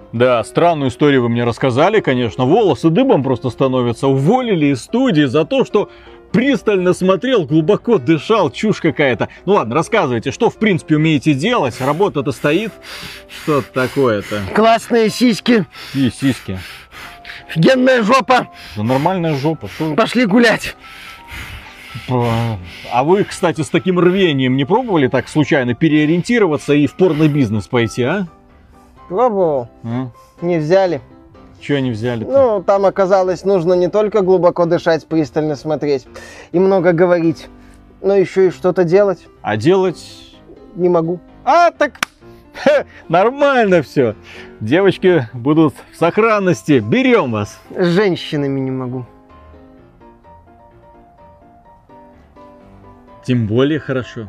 Да, странную историю вы мне рассказали, конечно. Волосы дыбом просто становятся. Уволили из студии за то, что пристально смотрел, глубоко дышал, чушь какая-то. Ну ладно, рассказывайте, что в принципе умеете делать? Работа-то стоит. Что такое-то? Классные сиськи. И сиськи. Офигенная жопа. Да нормальная жопа. Что... Пошли гулять. А вы, кстати, с таким рвением не пробовали так случайно переориентироваться и в порно-бизнес пойти, а? Пробовал. Не взяли. Чего не взяли? Ну, там оказалось, нужно не только глубоко дышать, пристально смотреть и много говорить, но еще и что-то делать. А делать... Не могу. А, так... Нормально все. Девочки будут в сохранности. Берем вас. С женщинами не могу. Тем более хорошо.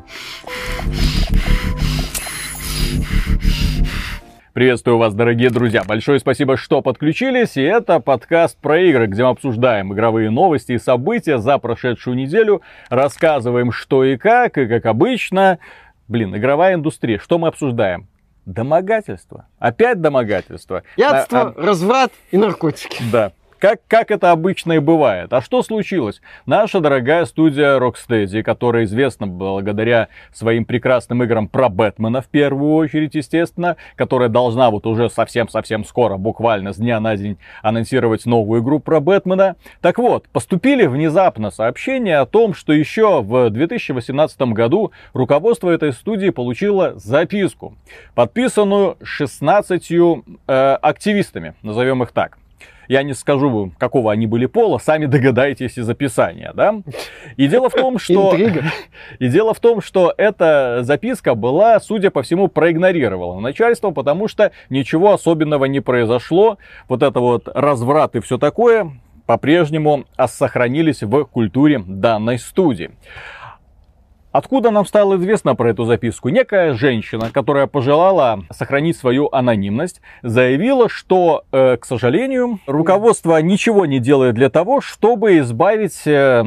Приветствую вас, дорогие друзья. Большое спасибо, что подключились. И это подкаст про игры, где мы обсуждаем игровые новости и события за прошедшую неделю. Рассказываем, что и как обычно. Игровая индустрия. Что мы обсуждаем? Домогательство. Опять домогательство. Пьянство, разврат и наркотики. Да. Как это обычно и бывает. А что случилось? Наша дорогая студия Rocksteady, которая известна благодаря своим прекрасным играм про Бэтмена в первую очередь, естественно, которая должна вот уже совсем-совсем скоро, буквально с дня на день, анонсировать новую игру про Бэтмена. Так вот, поступили внезапно сообщения о том, что еще в 2018 году руководство этой студии получило записку, подписанную 16 активистами, назовем их так. Я не скажу, какого они были пола, сами догадаетесь из описания, да? И дело в том, что... И дело в том, что эта записка была, судя по всему, проигнорирована начальством, потому что ничего особенного не произошло. Вот это вот разврат и все такое по-прежнему сохранились в культуре данной студии. Откуда нам стало известно про эту записку? Некая женщина, которая пожелала сохранить свою анонимность, заявила, что, к сожалению, руководство ничего не делает для того, чтобы избавить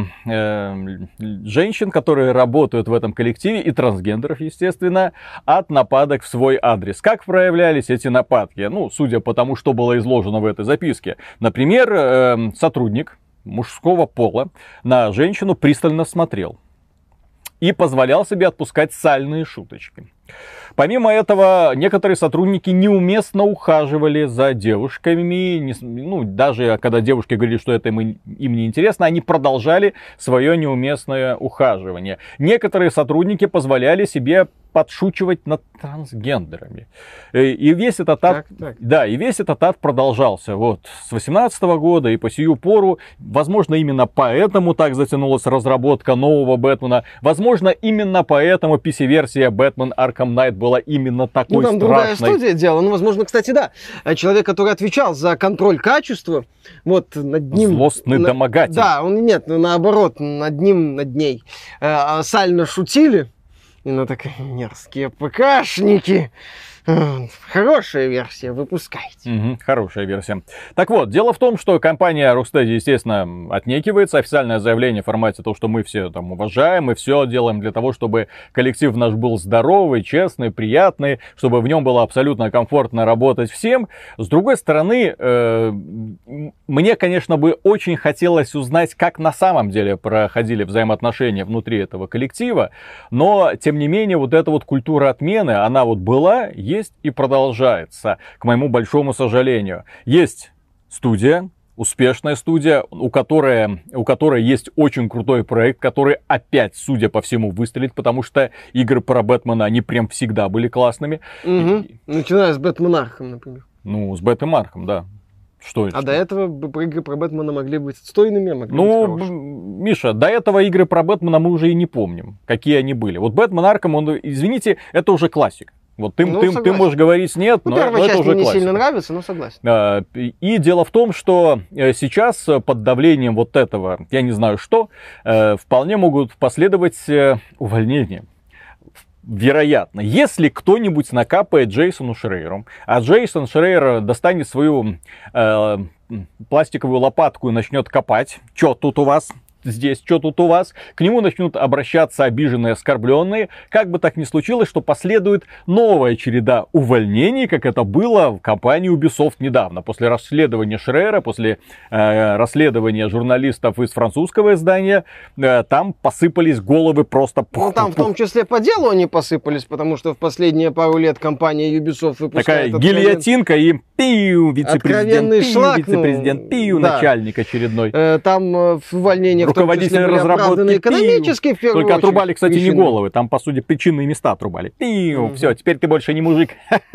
женщин, которые работают в этом коллективе, и трансгендеров, естественно, от нападок в свой адрес. Как проявлялись эти нападки? Ну, судя по тому, что было изложено в этой записке. Например, сотрудник мужского пола на женщину пристально смотрел и позволял себе отпускать сальные шуточки. Помимо этого, некоторые сотрудники неуместно ухаживали за девушками. Даже когда девушки говорили, что это им не интересно, они продолжали свое неуместное ухаживание. Некоторые сотрудники позволяли себе подшучивать над трансгендерами. И весь этот ад, да, и весь этот ад продолжался вот с 2018 года и по сию пору. Возможно, именно поэтому так затянулась разработка нового Бэтмена. Возможно, именно поэтому PC-версия Batman Arkham Knight была именно такой страшной. Ну, там другая студия делала. Ну, возможно, кстати, да. Человек, который отвечал за контроль качества, вот над ним... Злостный домогатель. Да, наоборот, над ней сально шутили. И она такая, мерзкие ПКшники. Хорошая версия, выпускайте. Хорошая версия. Так вот, дело в том, что компания Rocksteady, естественно, отнекивается. Официальное заявление в формате того, что мы все там уважаем, мы все делаем для того, чтобы коллектив наш был здоровый, честный, приятный, чтобы в нем было абсолютно комфортно работать всем. С другой стороны, мне, конечно, бы очень хотелось узнать, как на самом деле проходили взаимоотношения внутри этого коллектива, но, тем не менее, вот эта вот культура отмены, она вот была, есть и продолжается, к моему большому сожалению. Есть студия, успешная студия, у которой есть очень крутой проект, который опять, судя по всему, выстрелит, потому что игры про Бэтмена, они прям всегда были классными. Начиная с Бэтмен Архам, например. Ну, с Бэтмен Архам, да. Что это? До этого игры про Бэтмена могли быть отстойными, а могли быть хорошими. Миша, до этого игры про Бэтмена мы уже и не помним, какие они были. Вот Бэтмен Архам, он, извините, это уже классик. Вот ты можешь говорить нет, но это уже классика. Первая часть мне не сильно нравится, но согласен. И дело в том, что сейчас под давлением вот этого, я не знаю что, вполне могут последовать увольнения. Вероятно, если кто-нибудь накапает Джейсону Шрейеру, а Джейсон Шрейер достанет свою пластиковую лопатку и начнет копать, что тут у вас? здесь, что тут у вас. К нему начнут обращаться обиженные, оскорбленные. Как бы так ни случилось, что последует новая череда увольнений, как это было в компании Ubisoft недавно. После расследования Шрера, после расследования журналистов из французского издания, там посыпались головы просто... Ну, там в том числе по делу они посыпались, потому что в последние пару лет компания Ubisoft выпускает... Такая гильотинка и пиу, вице-президент, откровенный шлак, вице-президент, пиу, да. начальник очередной. Там увольнения в том числе Руководители были оправданы экономически, в первую Только очередь. отрубали, кстати, не Причины. головы, там, по сути, причинные места отрубали. Пиу, все, теперь ты больше не мужик.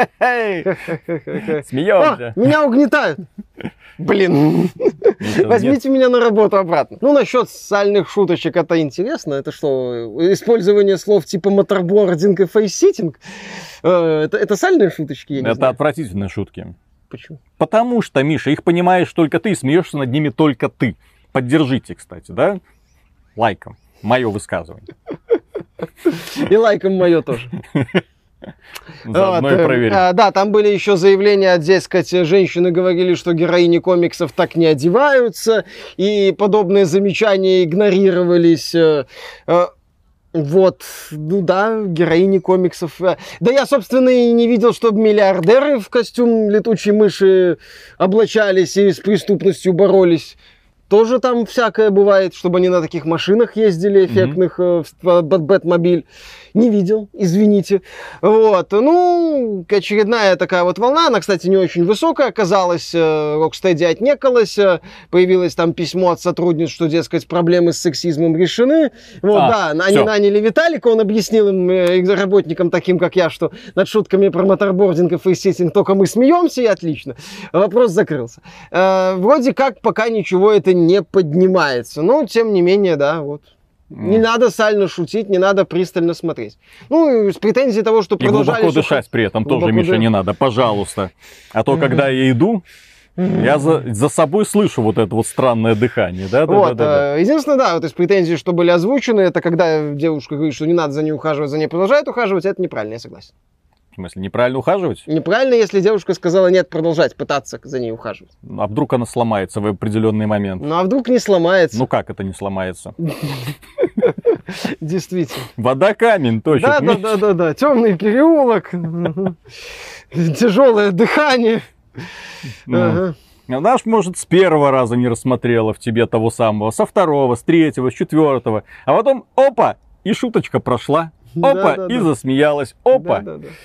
Смеемся. Меня угнетают. Блин, возьмите меня на работу обратно. Ну, насчет сальных шуточек, это интересно. Это что, использование слов типа моторбординг и фейсситинг? Это сальные шуточки, я не Это знаю. отвратительные шутки. Почему? Потому что, Миша, их понимаешь только ты, смеешься над ними только ты. Поддержите, кстати, да? Лайком. Мое высказывание. И лайком мое тоже. Заодно и проверим. Да, там были еще заявления, дескать, женщины говорили, что героини комиксов так не одеваются, и подобные замечания игнорировались. Вот, ну да, героини комиксов. Да я, собственно, и не видел, чтобы миллиардеры в костюм летучей мыши облачались и с преступностью боролись. Тоже там всякое бывает, чтобы они на таких машинах ездили эффектных, Бэтмобиль. Не видел, извините. Вот, ну, очередная такая вот волна. Она, кстати, не очень высокая оказалась. Rocksteady отнекалась. Появилось там письмо от сотрудниц, что, дескать, проблемы с сексизмом решены. Вот, да, они наняли Виталика, он объяснил им, работникам таким, как я, что над шутками про моторбординг и фейсситинг только мы смеемся, и отлично. Вопрос закрылся. Вроде как пока ничего это не поднимается. Но, тем не менее, да, вот. Не надо сально шутить, не надо пристально смотреть. Ну, и с претензией того, что продолжали... И глубоко дышать при этом тоже, Миша, не надо, пожалуйста. А то, когда я иду, я за собой слышу вот это вот странное дыхание. Да? Единственное, да, вот из претензий, что были озвучены, это когда девушка говорит, что не надо за ней ухаживать, за ней продолжает ухаживать, это неправильно, я согласен. В смысле, неправильно ухаживать? Неправильно, если девушка сказала нет, продолжать пытаться за ней ухаживать. А вдруг она сломается в определенный момент? Ну, а вдруг не сломается? Ну, как это не сломается? Действительно. Вода камень, точно. Да. Темный переулок, тяжелое дыхание. Наш, может, с первого раза не рассмотрела в тебе того самого, со второго, с третьего, с четвертого. А потом, опа, и шуточка прошла. Опа, и засмеялась. Опа.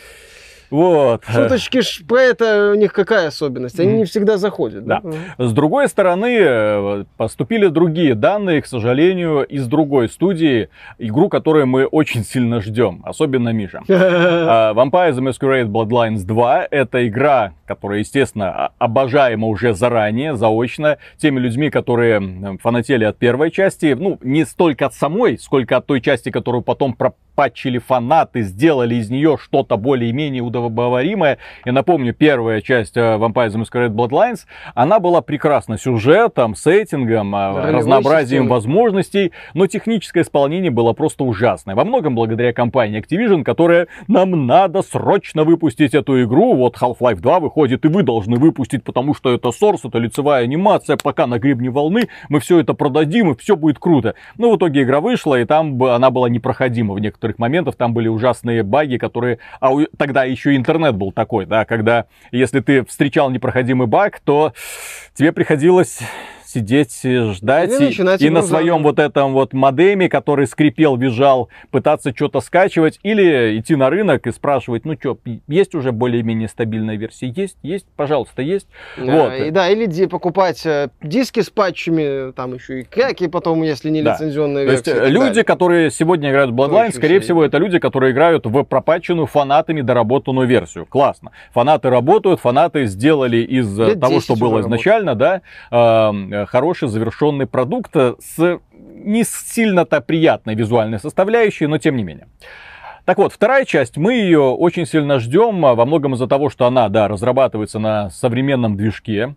Вот. Шуточки про это у них какая особенность? Они не всегда заходят. Да. С другой стороны, поступили другие данные, к сожалению, из другой студии. Игру, которую мы очень сильно ждем. Особенно Миша. Vampire the Masquerade Bloodlines 2. Это игра, которая, естественно, обожаема уже заранее, заочно. Теми людьми, которые фанатели от первой части. Ну, не столько от самой, сколько от той части, которую потом пропатчили фанаты, сделали из нее что-то более-менее удобоваримое. Я напомню, первая часть Vampire the Masquerade Bloodlines, она была прекрасна сюжетом, сеттингом, разнообразием возможностей, но техническое исполнение было просто ужасное. Во многом благодаря компании Activision, которая нам надо срочно выпустить эту игру. Вот Half-Life 2 выходит, и вы должны выпустить, потому что это Source, это лицевая анимация, пока на гребне волны мы все это продадим, и все будет круто. Но в итоге игра вышла, и там она была непроходима в некоторых моментах, там были ужасные баги, которые... тогда еще интернет был такой, да, когда если ты встречал непроходимый баг, то тебе приходилось сидеть, ждать и на своем вот этом вот модеме, который скрипел, визжал, пытаться что-то скачивать, или идти на рынок и спрашивать, ну что, есть уже более-менее стабильная версия? Есть, пожалуйста, есть. Вот. Или покупать диски с патчами, там еще и кэки потом, если не лицензионная версия. То есть люди, которые сегодня играют в Bloodlines, скорее всего, это люди, которые играют в пропатченную фанатами доработанную версию. Классно. Фанаты работают, фанаты сделали из того, что было изначально, да, хороший завершенный продукт с не сильно-то приятной визуальной составляющей, но тем не менее. Так вот, вторая часть, мы ее очень сильно ждем, во многом из-за того, что она, да, разрабатывается на современном движке.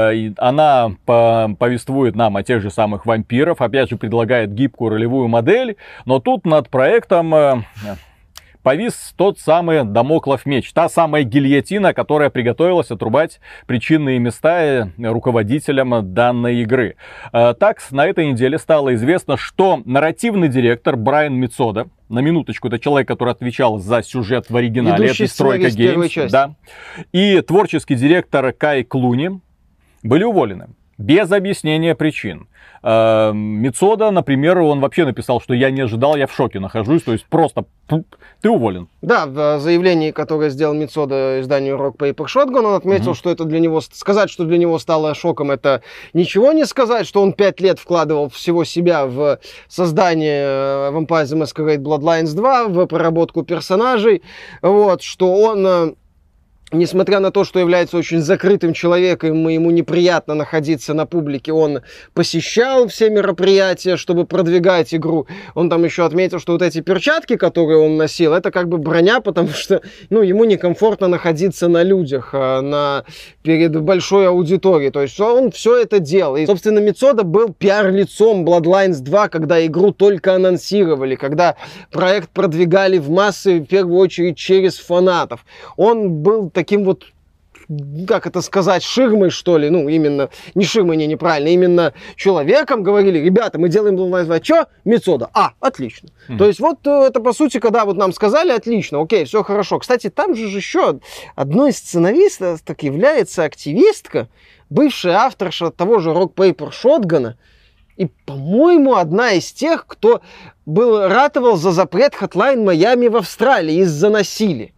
Она повествует нам о тех же самых вампиров, опять же, предлагает гибкую ролевую модель, но тут над проектом повис тот самый дамоклов меч, та самая гильотина, которая приготовилась отрубать причинные места руководителям данной игры. Так, на этой неделе стало известно, что нарративный директор Брайан Мицода, на минуточку, это человек, который отвечал за сюжет в оригинале, ведущий это Стройка Геймс, да, и творческий директор Кай Клуни были уволены без объяснения причин. Мицода, например, он вообще написал, что я не ожидал, я в шоке нахожусь, то есть просто ты уволен. Да, в заявлении, которое сделал Мицода изданию Rock Paper Shotgun, он отметил, что это для него, сказать, что для него стало шоком, это ничего не сказать, что он 5 лет вкладывал всего себя в создание Vampire the Masquerade Bloodlines 2, в проработку персонажей, вот, что он... Несмотря на то, что является очень закрытым человеком, и ему неприятно находиться на публике, он посещал все мероприятия, чтобы продвигать игру. Он там еще отметил, что вот эти перчатки, которые он носил, это как бы броня, потому что ему некомфортно находиться на людях, перед большой аудиторией. То есть он все это делал. И, собственно, Мицода был пиар-лицом Bloodlines 2, когда игру только анонсировали, когда проект продвигали в массы, в первую очередь, через фанатов. Он был таким вот, как это сказать, ширмой, что ли, именно, не ширмой, неправильно, именно человеком говорили, ребята, мы делаем Bloodlines 2, что? Мицода. Отлично. То есть вот это, по сути, когда вот нам сказали, отлично, окей, все хорошо. Кстати, там же еще одной из сценаристов так является активистка, бывшая авторша того же Rock Paper Shotgun, и, по-моему, одна из тех, кто ратовал за запрет Hotline Miami в Австралии из-за насилия.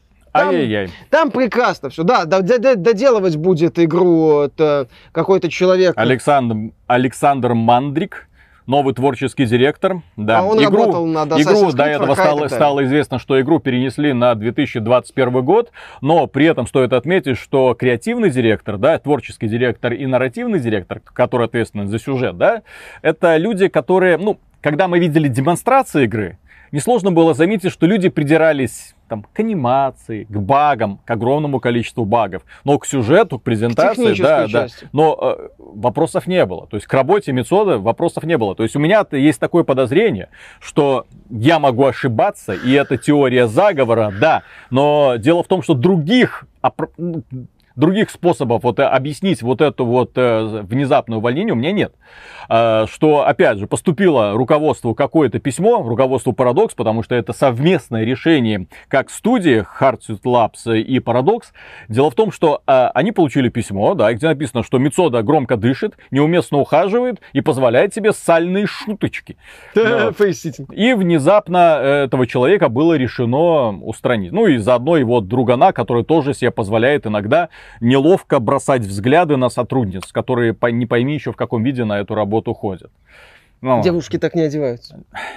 Там прекрасно все. Да, доделывать будет игру какой-то человек. Александр Мандрик, новый творческий директор. Да. Он работал над Assassin's Creed. Игру до этого стало известно, что игру перенесли на 2021 год, но при этом стоит отметить, что креативный директор, да, творческий директор и нарративный директор, который ответственен за сюжет, да, это люди, которые, когда мы видели демонстрации игры, несложно было заметить, что люди придирались к анимации, к багам, к огромному количеству багов. Но к сюжету, к презентации, но вопросов не было. То есть к работе Мицода вопросов не было. То есть у меня есть такое подозрение, что я могу ошибаться, и это теория заговора, да, но дело в том, что других способов объяснить это внезапное увольнение у меня нет. Что, опять же, поступило руководству какое-то письмо, руководству Paradox, потому что это совместное решение как студии Hardsuit Labs и Paradox. Дело в том, что они получили письмо, да, где написано, что Мицода громко дышит, неуместно ухаживает и позволяет себе сальные шуточки. И внезапно этого человека было решено устранить. И заодно его другана, который тоже себе позволяет иногда неловко бросать взгляды на сотрудниц, которые не пойми еще в каком виде на эту работу ходят. Девушки так не одеваются.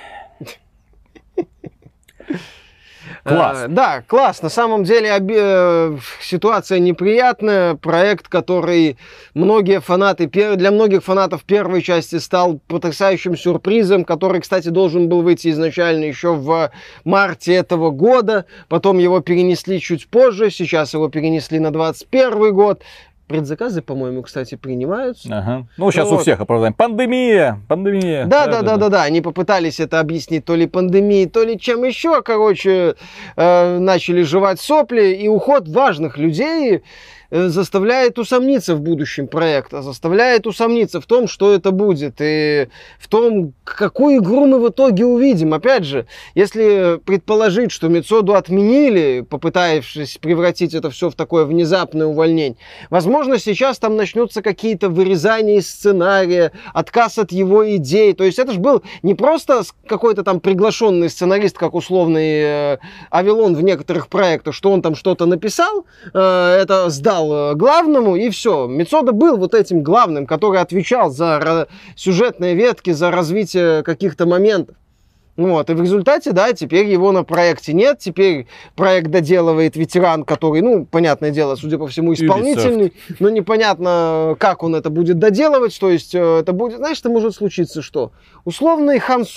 Класс. Да, класс. На самом деле ситуация неприятная. Проект, который для многих фанатов первой части стал потрясающим сюрпризом, который, кстати, должен был выйти изначально еще в марте этого года. Потом его перенесли чуть позже. Сейчас его перенесли на 2021 год. Предзаказы, по-моему, кстати, принимаются. Ага. Сейчас у всех оправдаем. Пандемия. Да. Они попытались это объяснить то ли пандемией, то ли чем еще. Начали жевать сопли. И уход важных людей заставляет усомниться в будущем проекта, заставляет усомниться в том, что это будет, и в том, какую игру мы в итоге увидим. Опять же, если предположить, что Мицоду отменили, попытавшись превратить это все в такое внезапное увольнение, возможно, сейчас там начнутся какие-то вырезания из сценария, отказ от его идей. То есть это же был не просто какой-то там приглашенный сценарист, как условный Авилон в некоторых проектах, что он там что-то написал, это сдал главному, и все. Мицода был вот этим главным, который отвечал за сюжетные ветки, за развитие каких-то моментов. И в результате, да, теперь его на проекте нет, теперь проект доделывает ветеран, который, понятное дело, судя по всему, исполнительный, но непонятно, как он это будет доделывать, то есть это будет, знаешь, это может случиться что? Условный Хан Соло.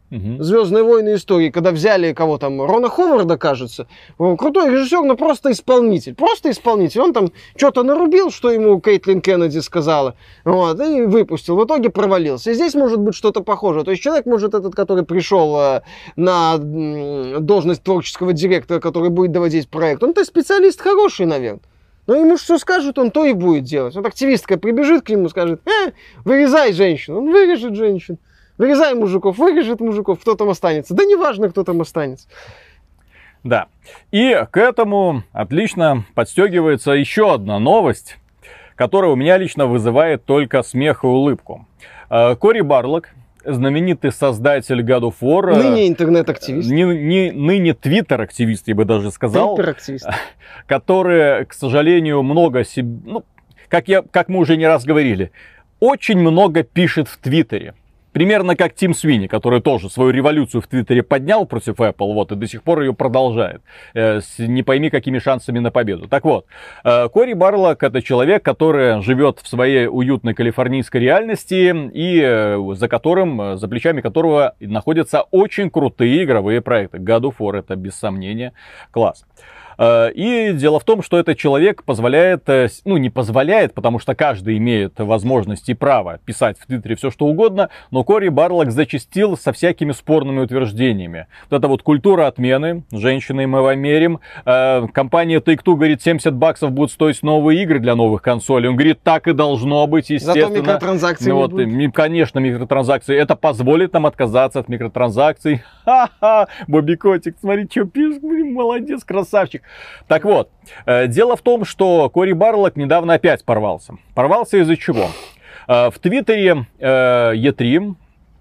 «Звездные войны. Истории», когда взяли кого там, Рона Ховарда, кажется. Крутой режиссер, но просто исполнитель. Просто исполнитель. Он там что-то нарубил, что ему Кейтлин Кеннеди сказала, вот, и выпустил. В итоге провалился. И здесь может быть что-то похожее. То есть человек может этот, который пришел на должность творческого директора, который будет доводить проект, он-то специалист хороший, наверное. Но ему что скажут, он то и будет делать. Вот активистка прибежит к нему, скажет: вырезай женщину. Он вырежет женщин. Вырезай мужиков, вырежет мужиков, кто там останется. Да неважно, кто там останется. Да. И к этому отлично подстегивается еще одна новость, которая у меня лично вызывает только смех и улыбку. Кори Барлок, знаменитый создатель God of War. Ныне интернет-активист. Ныне твиттер-активист, я бы даже сказал. Твиттер-активист. Который, к сожалению, много как мы уже не раз говорили, очень много пишет в Твиттере. Примерно как Тим Свини, который тоже свою революцию в Твиттере поднял против Apple, вот, и до сих пор ее продолжает. Не пойми, какими шансами на победу. Так вот, Кори Барлок — это человек, который живет в своей уютной калифорнийской реальности, и за плечами которого находятся очень крутые игровые проекты. God of War — это, без сомнения, класс. И дело в том, что этот человек позволяет, не позволяет, потому что каждый имеет возможность и право писать в Твиттере все что угодно, но Кори Барлок зачастил со всякими спорными утверждениями. Вот это вот культура отмены, женщины мы вам мерим. Компания Take-Two говорит, $70 будут стоить новые игры для новых консолей. Он говорит, так и должно быть, естественно. Зато микротранзакций не будет. Конечно, микротранзакции. Это позволит нам отказаться от микротранзакций. Ха-ха, Бобби Котик, смотри, что пишет, молодец, красавчик. Так вот, дело в том, что Кори Барлок недавно опять порвался. Порвался из-за чего? В Твиттере E3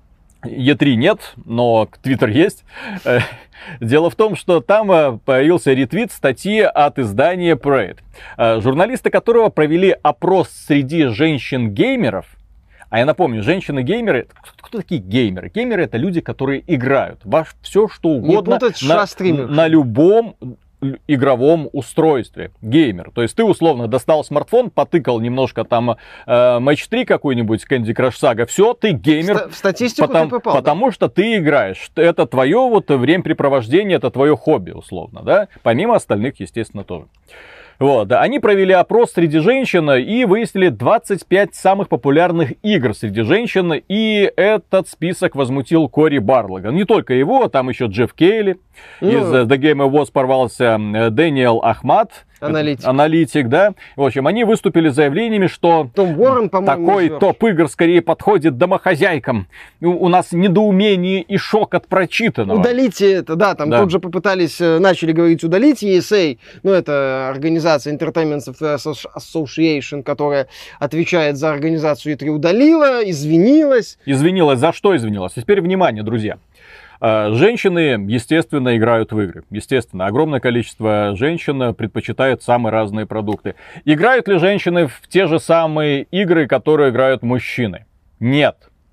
нет, но Твиттер есть. Дело в том, что там появился ретвит статьи от издания Parade, журналисты которого провели опрос среди женщин-геймеров. А я напомню, женщины-геймеры, кто такие геймеры? Геймеры — это люди, которые играют во все, что угодно на любом игровом устройстве. Геймер. То есть ты условно достал смартфон, потыкал немножко там Match 3 какой-нибудь, Candy Crush Saga, все, ты геймер. В статистику ты попал. Потому что ты играешь. Это твое вот времяпрепровождение, это твое хобби, условно, да? Помимо остальных, естественно, тоже. Вот, они провели опрос среди женщин и выяснили 25 самых популярных игр среди женщин, и этот список возмутил Кори Барлога. Не только его, там еще Джефф Кейли, из The Game Awards порвался Дэниел Ахмад, аналитик, да. В общем, они выступили с заявлениями, что Том Уоррен, такой топ игр скорее подходит домохозяйкам. У нас недоумение и шок от прочитанного. Удалите это, да, там тут же попытались, начали говорить удалить ESA, это организация Entertainment Association, которая отвечает за организацию E3, удалила, извинилась. Извинилась, за что извинилась? Теперь внимание, друзья. Женщины, естественно, играют в игры. Естественно, огромное количество женщин предпочитают самые разные продукты. Играют ли женщины в те же самые игры, которые играют мужчины? Нет.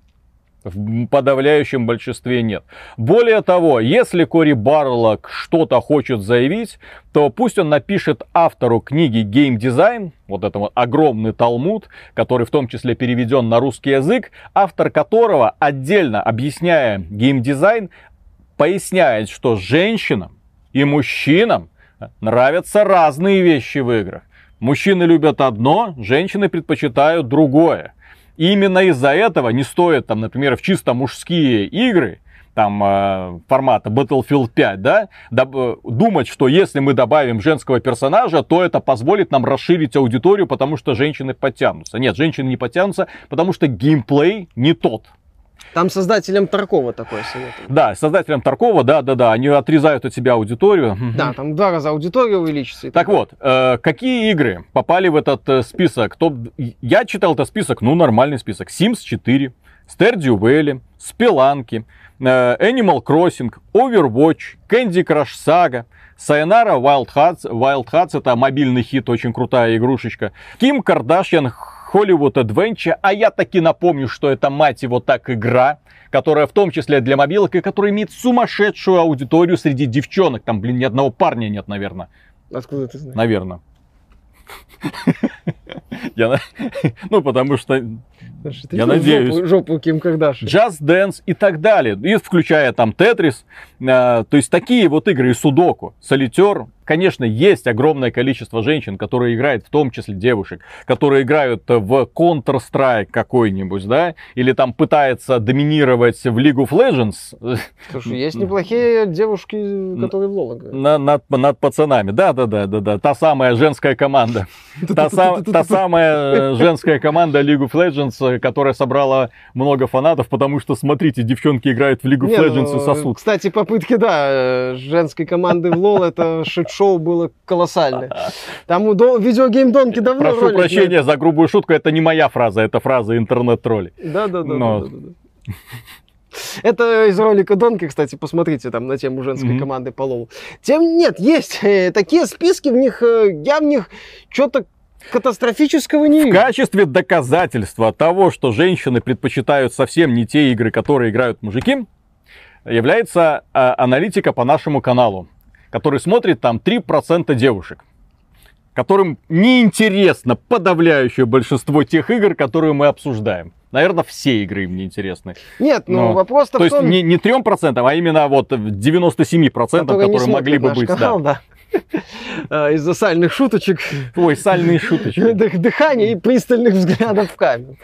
В подавляющем большинстве нет. Более того, если Кори Барлок что-то хочет заявить, то пусть он напишет автору книги Game Design, вот это вот огромный талмуд, который в том числе переведен на русский язык, автор которого, отдельно объясняя геймдизайн, поясняет, что женщинам и мужчинам нравятся разные вещи в играх. Мужчины любят одно, женщины предпочитают другое. И именно из-за этого не стоит, там, например, в чисто мужские игры, там, формата Battlefield 5, да, думать, что если мы добавим женского персонажа, то это позволит нам расширить аудиторию, потому что женщины подтянутся. Нет, женщины не подтянутся, потому что геймплей не тот. Там создателям Таркова такое советую. Да, создателям Таркова, да, они отрезают от себя аудиторию. Да, там в 2 раза аудитория увеличится. Так вот, какие игры попали в этот список? Я читал этот список, нормальный список. Sims 4, Stardew Valley, Spelunky, Animal Crossing, Overwatch, Candy Crush Saga, Sayonara Wild Hearts, это мобильный хит, очень крутая игрушечка. Kim Kardashian Hollywood Adventure, а я таки напомню, что это, мать его, так, игра, которая в том числе для мобилок, и которая имеет сумасшедшую аудиторию среди девчонок. Там, ни одного парня нет, наверное. Откуда ты знаешь? Наверное. Потому что Я надеюсь. Жопу Ким Кардашьян. Just Dance и так далее. И включая там Тетрис. То есть такие вот игры и Судоку, Солитер. Конечно, есть огромное количество женщин, которые играют, в том числе девушек, которые играют в Counter-Strike какой-нибудь, да, или там пытаются доминировать в League of Legends. Слушай, есть неплохие девушки, которые в лол играют. Над пацанами. Да. Та самая женская команда. Та самая женская команда League of Legends, которая собрала много фанатов, потому что, смотрите, девчонки играют в League of Legends и сосут. Кстати, попытки, да, женской команды в лол, это шоу было колоссальное. Там у видеогейм-донки давно Прошу прощения за грубую шутку, это не моя фраза, это фраза интернет-троллей. Да. Это из ролика Донки, кстати, посмотрите там на тему женской команды по лолу. Нет, есть такие списки, я в них что-то катастрофического не вижу. В качестве доказательства того, что женщины предпочитают совсем не те игры, которые играют мужики, является аналитика по нашему каналу, который смотрит там 3% девушек, которым неинтересно подавляющее большинство тех игр, которые мы обсуждаем. Наверное, все игры им не интересны. Нет, вопрос-то в том... То есть не 3%, а именно вот 97%, которые могли бы быть. Канал, да. Из-за сальных шуточек. Ой, сальные шуточки. Дыхания и пристальных взглядов в камеру.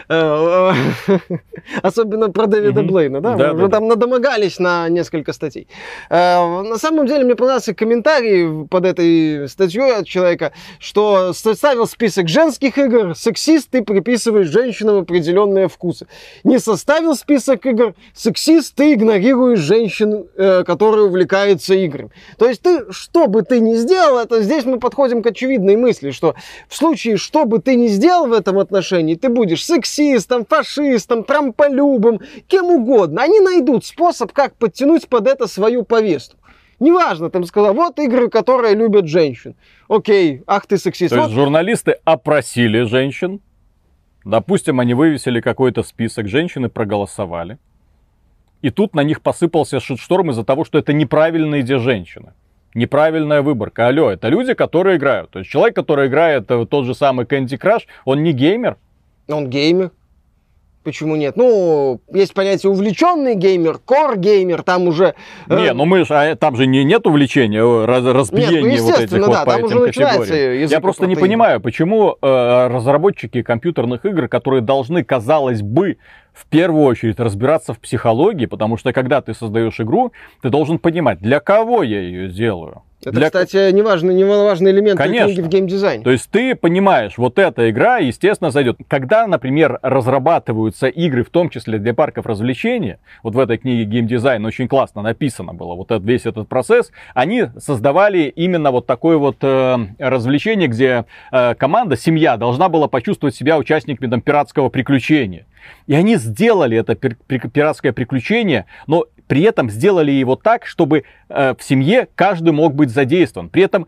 Особенно про Дэвида Блейна, да? Мы уже там надомогались на несколько статей. На самом деле, мне понравился комментарий под этой статьей от человека, что составил список женских игр, сексист, ты приписываешь женщинам определенные вкусы. Не составил список игр, сексист, ты игнорируешь женщин, которые увлекаются играми. То есть ты, что бы ты ни сделал, это здесь мы подходим к очевидной мысли, что в случае, что бы ты ни сделал в этом отношении, ты будешь сексистом, фашистом, трамполюбом, кем угодно. Они найдут способ, как подтянуть под это свою повестку. Неважно, там сказал, вот игры, которые любят женщин. Окей, ах ты сексист. То есть журналисты опросили женщин, допустим, они вывесили какой-то список, женщины проголосовали, и тут на них посыпался шитшторм из-за того, что это неправильные где женщины. Неправильная выборка. Алло, это люди, которые играют. То есть человек, который играет в тот же самый Candy Crush, он не геймер. Он геймер. Почему нет? Ну, есть понятие увлеченный геймер, кор-геймер, там уже... там же нет увлечения, разбиения вот этих вот по этим категориям. Я просто не понимаю, почему разработчики компьютерных игр, которые должны, казалось бы, в первую очередь разбираться в психологии, потому что когда ты создаешь игру, ты должен понимать, для кого я ее делаю. Это, кстати, немаловажный элемент книги в геймдизайне. То есть ты понимаешь, вот эта игра, естественно, зайдет. Когда, например, разрабатываются игры, в том числе для парков развлечения, вот в этой книге геймдизайн очень классно написано было, вот весь этот процесс, они создавали именно вот такое вот развлечение, где команда, семья должна была почувствовать себя участниками там, пиратского приключения. И они сделали это пиратское приключение, но при этом сделали его так, чтобы в семье каждый мог быть задействован. При этом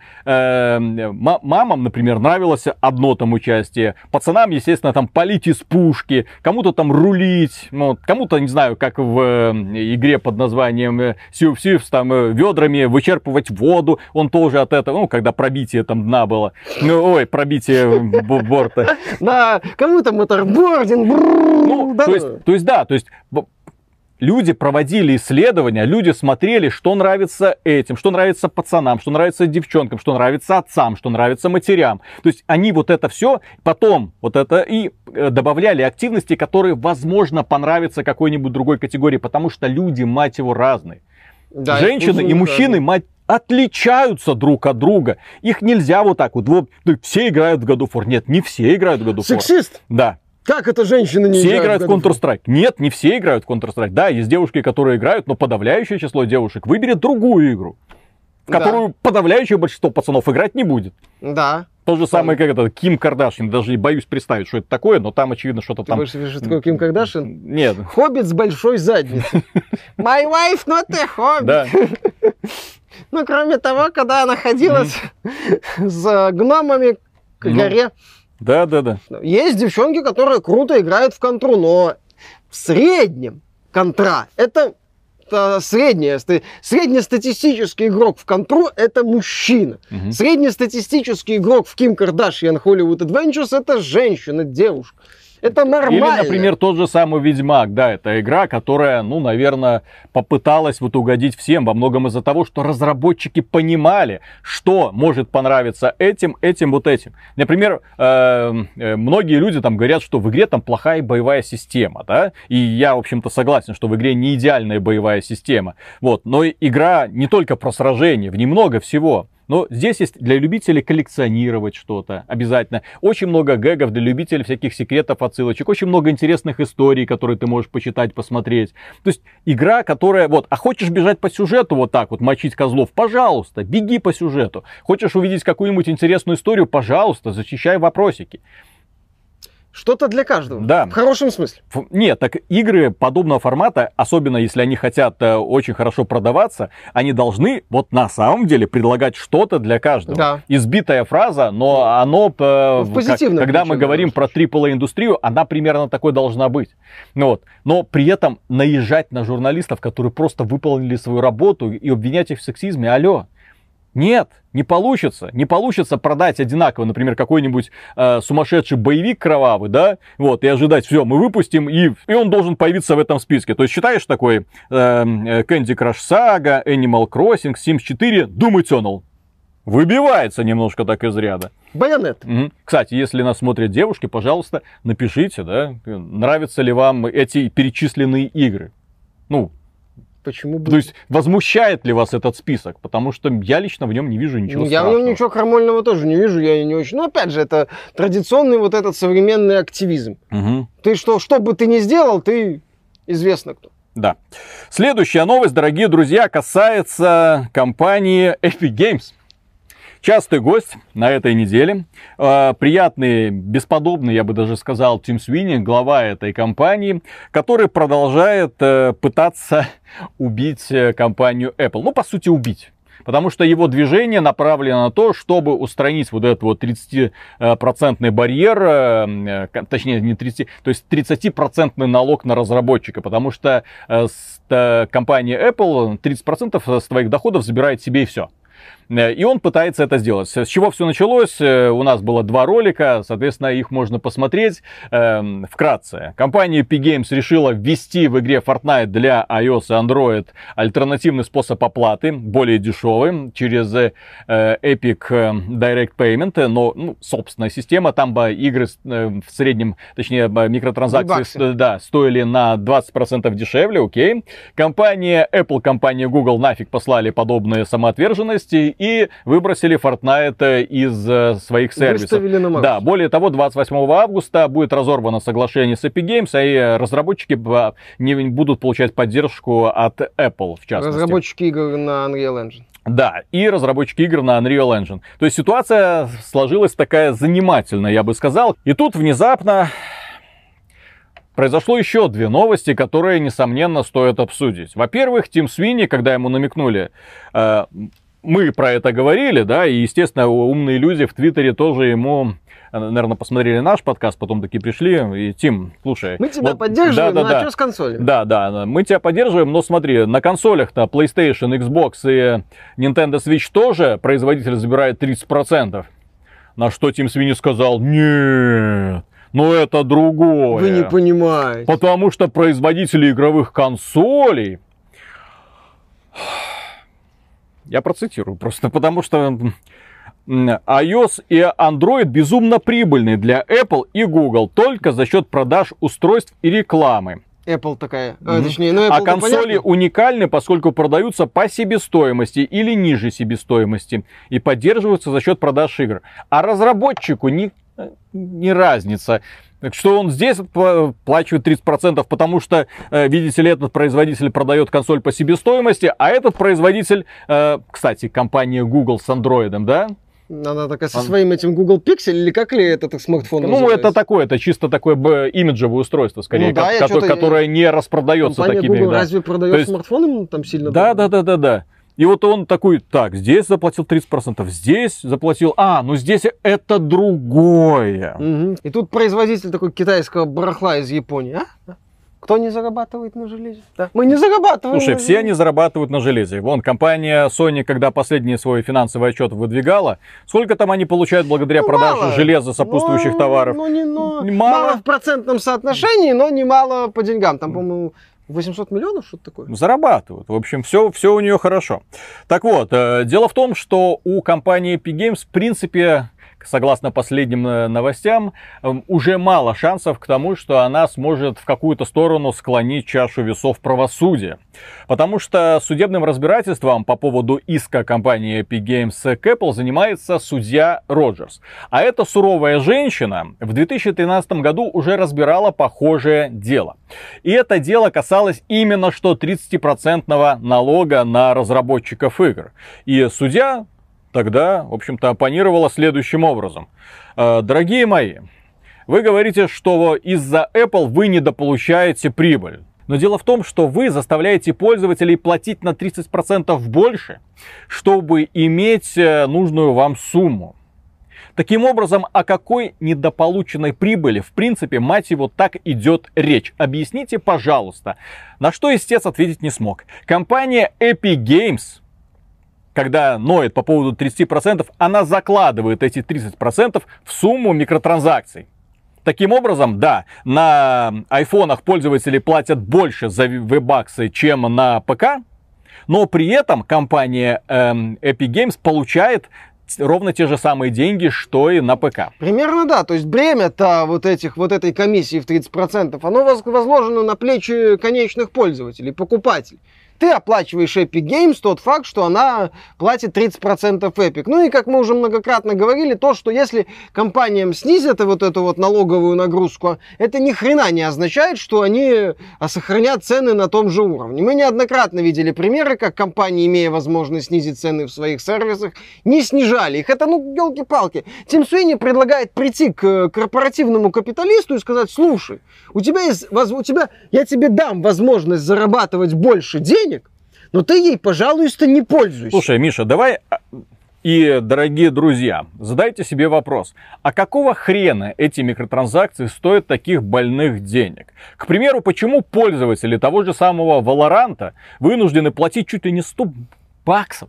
мамам, например, нравилось одно там участие, пацанам, естественно, там палить из пушки, кому-то там рулить, кому-то, не знаю, как в игре под названием Sea of Thieves, там ведрами вычерпывать воду, он тоже от этого, когда пробитие там дна было, пробитие борта. Да, кому-то моторбординг. То есть, люди проводили исследования, люди смотрели, что нравится этим, что нравится пацанам, что нравится девчонкам, что нравится отцам, что нравится матерям. То есть они вот это все потом вот это и добавляли активности, которые, возможно, понравятся какой-нибудь другой категории, потому что люди, мать его, разные. Да, женщины и мужчины, мать, отличаются друг от друга. Их нельзя вот так вот. Все играют в God of War. Нет, не все играют в God of War. Сексист? Да. Как это женщины не все играют в Counter-Strike? Нет, не все играют в Counter-Strike. Да, есть девушки, которые играют, но подавляющее число девушек выберет другую игру, в которую подавляющее большинство пацанов играть не будет. Да. То же самое, как это, Ким Кардашьян. Даже боюсь представить, что это такое, но там, очевидно, что-то там... Ты больше что такое Ким Кардашьян? Нет. Хоббит с большой задницей. My wife not a hobbit. Да. Ну, кроме того, когда она ходила с гномами к горе. Да. Есть девчонки, которые круто играют в контру, но в среднем контра это среднестатистический игрок в контру это мужчина. Среднестатистический игрок в Ким Кардашьян Hollywood Adventures это женщина, девушка. Это нормально. Или, например, тот же самый Ведьмак, да, это игра, которая, ну, наверное, попыталась вот угодить всем, во многом из-за того, что разработчики понимали, что может понравиться этим, вот этим. Например, многие люди там говорят, что в игре там плохая боевая система, да, и я, в общем-то, согласен, что в игре не идеальная боевая система, вот, но игра не только про сражения, в ней много всего. Но здесь есть для любителей коллекционировать что-то обязательно. Очень много гэгов для любителей всяких секретов, отсылочек. Очень много интересных историй, которые ты можешь почитать, посмотреть. То есть игра, которая... Вот, а хочешь бежать по сюжету вот так вот, мочить козлов? Пожалуйста, беги по сюжету. Хочешь увидеть какую-нибудь интересную историю? Пожалуйста, зачищай вопросики. Что-то для каждого. Да. В хорошем смысле. Нет, так игры подобного формата, особенно если они хотят очень хорошо продаваться, они должны вот на самом деле предлагать что-то для каждого. Да. Избитая фраза, но оно, когда мы говорим про AAA-индустрию, она примерно такой должна быть. Вот. Но при этом наезжать на журналистов, которые просто выполнили свою работу, и обвинять их в сексизме, алло. Нет, не получится. Не получится продать одинаково, например, какой-нибудь сумасшедший боевик кровавый, да, вот, и ожидать, все, мы выпустим, и он должен появиться в этом списке. То есть, считаешь такой Candy Crush Saga, Animal Crossing, Sims 4, Doom Eternal. Выбивается немножко так из ряда. Байонет. Угу. Кстати, если нас смотрят девушки, пожалуйста, напишите, да, нравятся ли вам эти перечисленные игры. Ну, почему бы... То есть, возмущает ли вас этот список? Потому что я лично в нем не вижу ничего страшного. Я в нем ничего крамольного тоже не вижу, я не очень... Но опять же, это традиционный вот этот современный активизм. Угу. Ты что бы ты ни сделал, ты известно кто. Да. Следующая новость, дорогие друзья, касается компании Epic Games. Частый гость на этой неделе, приятный, бесподобный, я бы даже сказал, Тим Свини, глава этой компании, который продолжает пытаться убить компанию Apple. Ну, по сути, убить. Потому что его движение направлено на то, чтобы устранить вот этот вот 30% барьер, точнее не 30, то есть 30% налог на разработчика. Потому что компания Apple 30% с твоих доходов забирает себе и все. И он пытается это сделать. С чего все началось? У нас было 2 ролика, соответственно, их можно посмотреть вкратце. Компания Epic Games решила ввести в игре Fortnite для iOS и Android альтернативный способ оплаты, более дешевый, через Epic Direct Payment, но собственная система. Там бы игры в среднем, точнее микротранзакции, да, стоили на 20% дешевле, окей. Компания Apple, компания Google нафиг послали подобные самоотверженности и выбросили Fortnite из своих сервисов. Да, более того, 28 августа будет разорвано соглашение с Epic Games, и разработчики не будут получать поддержку от Apple, в частности. Разработчики игр на Unreal Engine. Да, и разработчики игр на Unreal Engine. То есть ситуация сложилась такая занимательная, я бы сказал. И тут внезапно произошло еще 2 новости, которые, несомненно, стоит обсудить. Во-первых, Тим Свини, когда ему намекнули... Мы про это говорили, да, и, естественно, умные люди в Твиттере тоже ему, наверное, посмотрели наш подкаст, потом таки пришли, и, Тим, слушай... Мы тебя поддерживаем, а что с консолями? Да, мы тебя поддерживаем, но смотри, на консолях-то PlayStation, Xbox и Nintendo Switch тоже производитель забирает 30%. На что Тим Свини сказал: нет, но это другое. Вы не понимаете. Потому что производители игровых консолей... Я процитирую просто, потому что iOS и Android безумно прибыльны для Apple и Google только за счет продаж устройств и рекламы. Apple такая, точнее, ну Apple. А консоли уникальны, поскольку продаются по себестоимости или ниже себестоимости и поддерживаются за счет продаж игр. А разработчику не разница. Так что он здесь плачет 30%, потому что, видите ли, этот производитель продает консоль по себестоимости, а этот производитель, кстати, компания Google с Android, да? Она такая со своим этим Google Pixel, или как ли этот смартфон называется? Ну, это такое, это чисто такое имиджевое устройство, скорее, ну, да, которое не распродается такими. Google да. Разве продает смартфоны там сильно? Да. И вот он такой, так, здесь заплатил 30%, здесь заплатил, ну здесь это другое. Угу. И тут производитель такой китайского барахла из Японии, Кто не зарабатывает на железе? Да. Мы не зарабатываем. Слушай, все они зарабатывают на железе. Вон, компания Sony, когда последний свой финансовый отчет выдвигала, сколько там они получают благодаря продаже мало. железа, сопутствующих товаров? Мало в процентном соотношении, но немало по деньгам. Там, по-моему, 800 миллионов, что-то такое? Зарабатывают. В общем, все у нее хорошо. Так вот, дело в том, что у компании Epic Games, в принципе, согласно последним новостям, уже мало шансов к тому, что она сможет в какую-то сторону склонить чашу весов правосудия. Потому что судебным разбирательством по поводу иска компании Epic Games к Apple занимается судья Роджерс. А эта суровая женщина в 2013 году уже разбирала похожее дело. И это дело касалось именно что 30% налога на разработчиков игр. И судья тогда, в общем-то, оппонировала следующим образом. Дорогие мои, вы говорите, что из-за Apple вы недополучаете прибыль. Но дело в том, что вы заставляете пользователей платить на 30% больше, чтобы иметь нужную вам сумму. Таким образом, о какой недополученной прибыли, в принципе, мать его, так идет речь? Объясните, пожалуйста. На что истец ответить не смог. Компания Epic Games, когда ноет по поводу 30%, она закладывает эти 30% в сумму микротранзакций. Таким образом, да, на айфонах пользователи платят больше за вебаксы, чем на ПК, но при этом компания Epic Games получает ровно те же самые деньги, что и на ПК. Примерно да, то есть бремя-то вот этой комиссии в 30%, оно возложено на плечи конечных пользователей, покупателей. Ты оплачиваешь Epic Games тот факт, что она платит 30% Epic. Ну и, как мы уже многократно говорили, то, что если компаниям снизят вот эту вот налоговую нагрузку, это ни хрена не означает, что они сохранят цены на том же уровне. Мы неоднократно видели примеры, как компании, имея возможность снизить цены в своих сервисах, не снижали их. Это, елки-палки. Тим Суини предлагает прийти к корпоративному капиталисту и сказать: слушай, я тебе дам возможность зарабатывать больше денег, но ты ей, пожалуйста, не пользуйся. Слушай, Миша, давай и, дорогие друзья, задайте себе вопрос. А какого хрена эти микротранзакции стоят таких больных денег? К примеру, почему пользователи того же самого Valorant вынуждены платить чуть ли не $100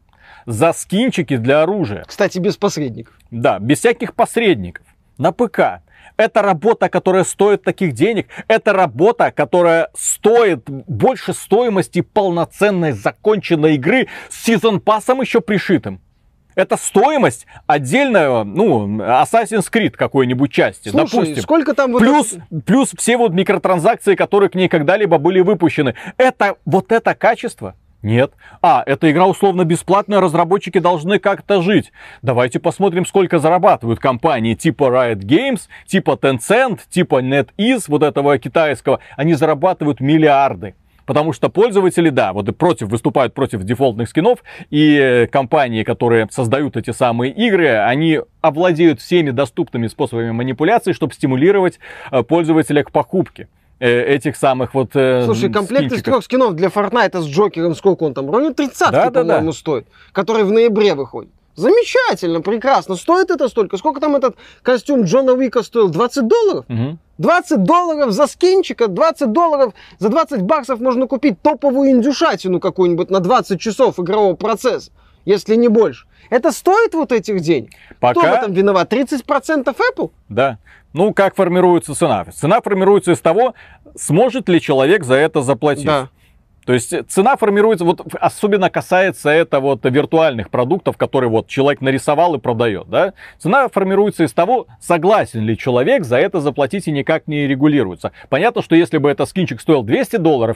за скинчики для оружия? Кстати, без посредников. Да, без всяких посредников. На ПК. Это работа, которая стоит таких денег. Это работа, которая стоит больше стоимости полноценной законченной игры с сезон-пассом еще пришитым. Это стоимость отдельного, Assassin's Creed какой-нибудь части, слушай, допустим. Сколько там плюс все вот микротранзакции, которые к ней когда-либо были выпущены. Это качество? Нет. Эта игра условно бесплатная, разработчики должны как-то жить. Давайте посмотрим, сколько зарабатывают компании типа Riot Games, типа Tencent, типа NetEase, вот этого китайского. Они зарабатывают миллиарды. Потому что пользователи, выступают против дефолтных скинов, и компании, которые создают эти самые игры, они овладеют всеми доступными способами манипуляции, чтобы стимулировать пользователя к покупке этих самых Слушай, комплект из 3 скинов для Fortnite с Джокером, сколько он там? Ровно 30-ки, по-моему, стоит. Который в ноябре выходит. Замечательно, прекрасно. Стоит это столько? Сколько там этот костюм Джона Уика стоил? $20? Угу. $20 за скинчика, $20, за $20 можно купить топовую индюшатину какую-нибудь на 20 часов игрового процесса, если не больше. Это стоит вот этих денег? Пока... Кто в этом виноват? 30% Apple? Да. Как формируется цена? Цена формируется из того, сможет ли человек за это заплатить. Да. То есть цена формируется, особенно касается это виртуальных продуктов, которые человек нарисовал и продает, да? Цена формируется из того, согласен ли человек за это заплатить, и никак не регулируется. Понятно, что если бы этот скинчик стоил $200,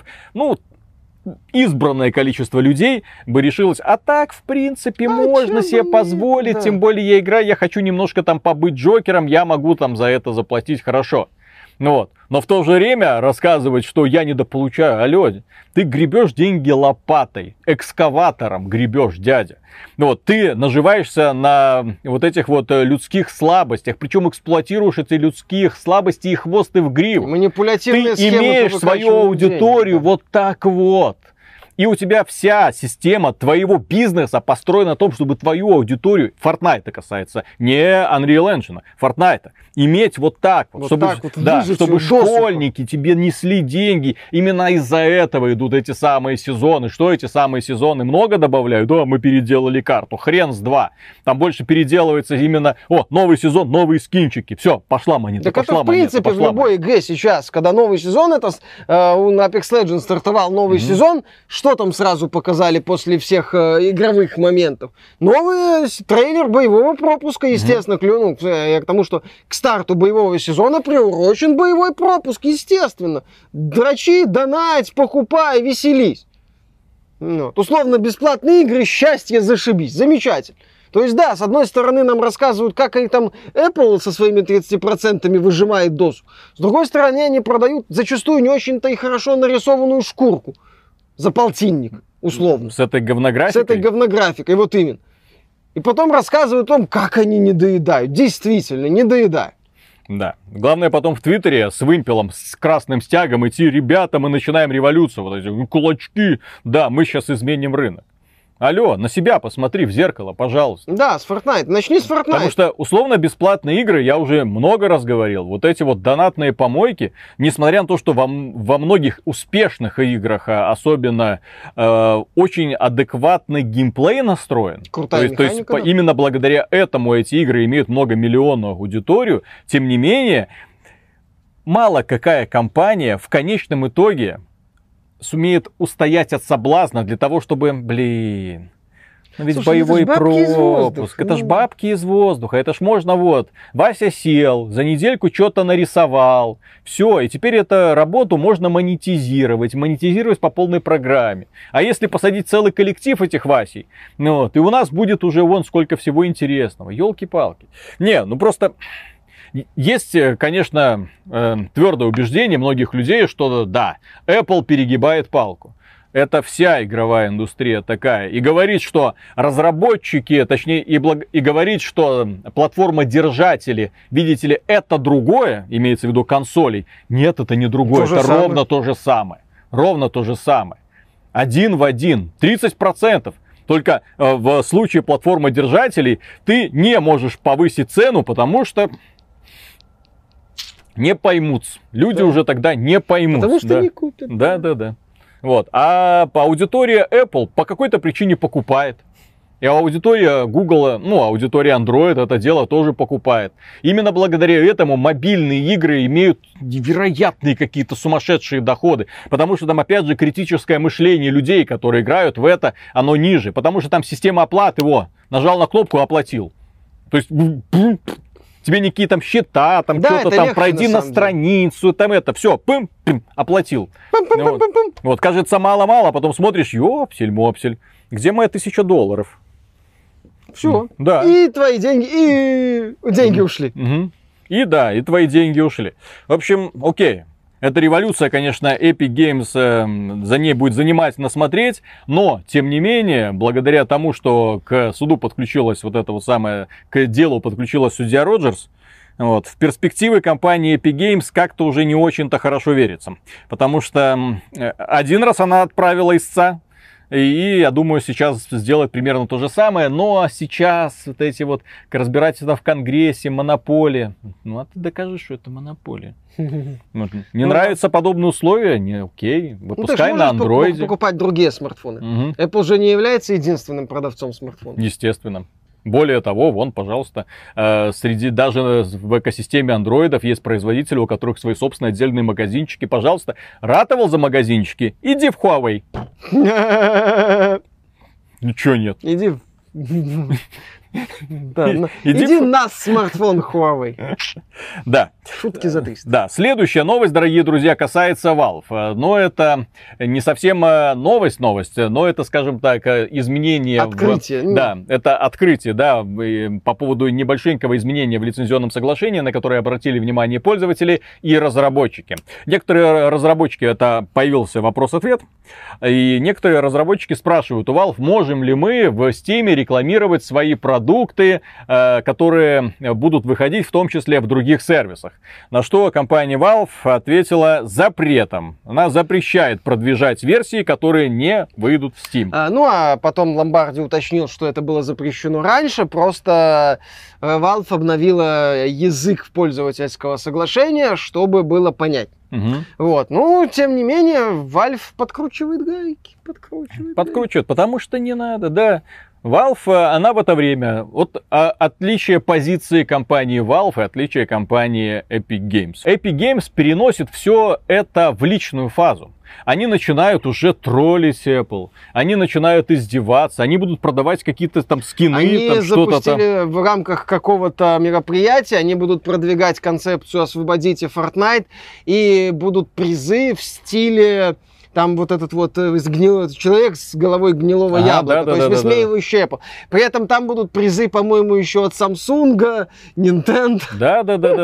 избранное количество людей бы решилось, так, в принципе, можно себе позволить, да. Тем более я играю, я хочу немножко там побыть Джокером, я могу там за это заплатить хорошо. Но в то же время рассказывать, что я недополучаю, алло, ты гребешь деньги лопатой, экскаватором гребешь, дядя. Ты наживаешься на этих людских слабостях, причем эксплуатируешь эти людские слабости и хвосты в гриву. Манипулятивные схемы. Ты имеешь свою аудиторию денег, да. Так вот. И у тебя вся система твоего бизнеса построена на том, чтобы твою аудиторию, Fortnite касается, не Unreal Engine, Fortnite, иметь вот так вот, чтобы, так вот да, чтобы досуха. школьники тебе несли деньги. Именно из-за этого идут эти самые сезоны. Что эти самые сезоны много добавляют? Да, мы переделали карту. Хрен с два. Там больше переделывается именно, новый сезон, новые скинчики. Все, пошла монета, Так пошла это, в принципе, в любой игре сейчас, когда новый сезон, это у Apex Legends стартовал новый сезон, что там сразу показали после всех игровых моментов? Новый трейлер боевого пропуска, естественно, клюнул. Я к тому, что к старту боевого сезона приурочен боевой пропуск, естественно. Дрочи, донать, покупай, веселись. Вот. Условно бесплатные игры, счастье, зашибись. Замечательно. То есть, да, с одной стороны нам рассказывают, как они там Apple со своими 30% выжимает дозу. С другой стороны, они продают зачастую не очень-то и хорошо нарисованную шкурку за полтинник, условно. С этой говнографикой? С этой говнографикой, вот именно. И потом рассказывают о том, как они не доедают. Действительно, не доедают. Да. Главное потом в Твиттере с вымпелом, с красным стягом идти: ребята, мы начинаем революцию. Вот эти кулачки. Да, мы сейчас изменим рынок. Алло, на себя посмотри в зеркало, пожалуйста. Да, с Fortnite. Начни с Fortnite. Потому что условно-бесплатные игры, я уже много раз говорил, вот эти вот донатные помойки, несмотря на то, что во многих успешных играх, особенно очень адекватный геймплей настроен, Крутая то есть механика, да. именно благодаря этому эти игры имеют многомиллионную аудиторию, тем не менее, мало какая компания в конечном итоге сумеет устоять от соблазна для того, чтобы, ну ведь Слушай, боевой это ж бабки из пропуск, воздуха. это ж бабки из воздуха, это ж можно вот, Вася сел, за недельку что-то нарисовал, все, и теперь эту работу можно монетизировать по полной программе. А если посадить целый коллектив этих Васей, и у нас будет уже вон сколько всего интересного, елки-палки. Не, просто... Есть, конечно, твердое убеждение многих людей, что да, Apple перегибает палку. Это вся игровая индустрия такая. И говорить, что разработчики, точнее, и говорить, что платформа-держатели, видите ли, это другое, имеется в виду консолей. Нет, это не другое, это ровно то же самое. Ровно то же самое. Один в один. 30%. Только в случае платформы-держателей ты не можешь повысить цену, потому что... не поймут. Люди уже тогда не поймут. Потому что не купят. Да. Вот. А по аудитории Apple по какой-то причине покупает. И аудитория Google, аудитория Android это дело тоже покупает. Именно благодаря этому мобильные игры имеют невероятные какие-то сумасшедшие доходы. Потому что там, опять же, критическое мышление людей, которые играют в это, оно ниже. Потому что там система оплаты, нажал на кнопку, оплатил. То есть... тебе никакие там счета, там что-то там, пройди на страницу, там это, все, оплатил. Вот, кажется, мало-мало, а потом смотришь, ёпсель-мопсель, где мои $1000? Все. Да. И твои деньги ушли. И твои деньги ушли. В общем, окей. Эта революция, конечно, Epic Games, за ней будет занимательно смотреть, но, тем не менее, благодаря тому, что к суду подключилась к делу подключилась судья Роджерс, в перспективы компании Epic Games как-то уже не очень-то хорошо верится. Потому что один раз она отправила истца, и я думаю, сейчас сделать примерно то же самое, но сейчас вот эти разбирательства в Конгрессе, монополия. А ты докажи, что это монополия. Не нравятся подобные условия? Не, окей, выпускай на андроиде. Покупать другие смартфоны. Apple же не является единственным продавцом смартфонов. Естественно. Более того, пожалуйста, даже в экосистеме андроидов есть производители, у которых свои собственные отдельные магазинчики. Пожалуйста, ратовал за магазинчики? Иди в Huawei. Ничего нет. Иди на смартфон Huawei. Да. Шутки за 300. Да. Следующая новость, дорогие друзья, касается Valve. Но это не совсем новость, но это, скажем так, изменение. Открытие. Да, это открытие, да, по поводу небольшого изменения в лицензионном соглашении, на которое обратили внимание пользователи и разработчики. Некоторые разработчики, это появился вопрос-ответ, и некоторые разработчики спрашивают у Valve, можем ли мы в Steam рекламировать свои продукты продукты, которые будут выходить в том числе в других сервисах. На что компания Valve ответила запретом. Она запрещает продвижать версии, которые не выйдут в Steam. Ну, а потом Ломбарди уточнил, что это было запрещено раньше, просто Valve обновила язык пользовательского соглашения, чтобы было понять. Вот. Ну, тем не менее, Valve подкручивает гайки. Подкручивает, потому что не надо, да. Valve, она в это время, вот отличие позиции компании Valve и отличие компании Epic Games. Epic Games переносит все это в личную фазу. Они начинают уже троллить Apple, они начинают издеваться, они будут продавать какие-то там скины, они там что-то там. Они запустили в рамках какого-то мероприятия, они будут продвигать концепцию «Освободите Fortnite» и будут призы в стиле... Там вот этот вот человек с головой гнилого яблока, то есть высмеивающий Apple. При этом там будут призы, по-моему, еще от Samsung, Nintendo. Да.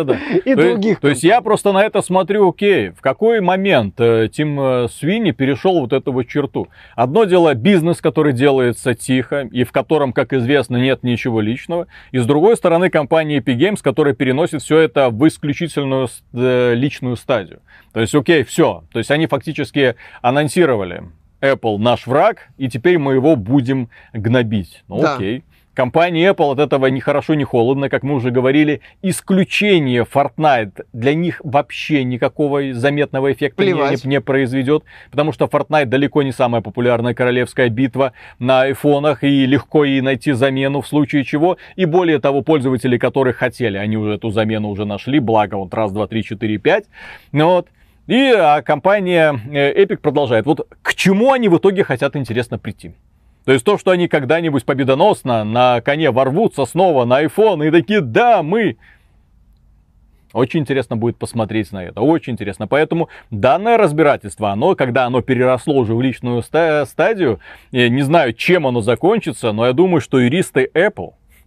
И других. То есть я просто на это смотрю, окей, в какой момент Тим Свини перешел вот эту вот черту. Одно дело бизнес, который делается тихо, и в котором, как известно, нет ничего личного. И с другой стороны компания Epic Games, которая переносит все это в исключительную личную стадию. То есть, окей, все. То есть они фактически анонсировали: Apple наш враг, и теперь мы его будем гнобить. Ну, да. Окей. Компании Apple от этого ни хорошо, ни холодно, как мы уже говорили. Исключение Fortnite для них вообще никакого заметного эффекта не произведет, потому что Fortnite далеко не самая популярная королевская битва на айфонах, и легко ей найти замену в случае чего. И более того, пользователи, которые хотели, они уже эту замену уже нашли, благо вот раз, два, три, четыре, пять. Вот. И компания Epic продолжает. Вот к чему они в итоге хотят, интересно, прийти? То есть то, что они когда-нибудь победоносно на коне ворвутся снова на iPhone и такие: да, мы... Очень интересно будет посмотреть на это, очень интересно. Поэтому данное разбирательство, когда оно переросло уже в личную стадию, я не знаю, чем оно закончится, но я думаю, что юристы Apple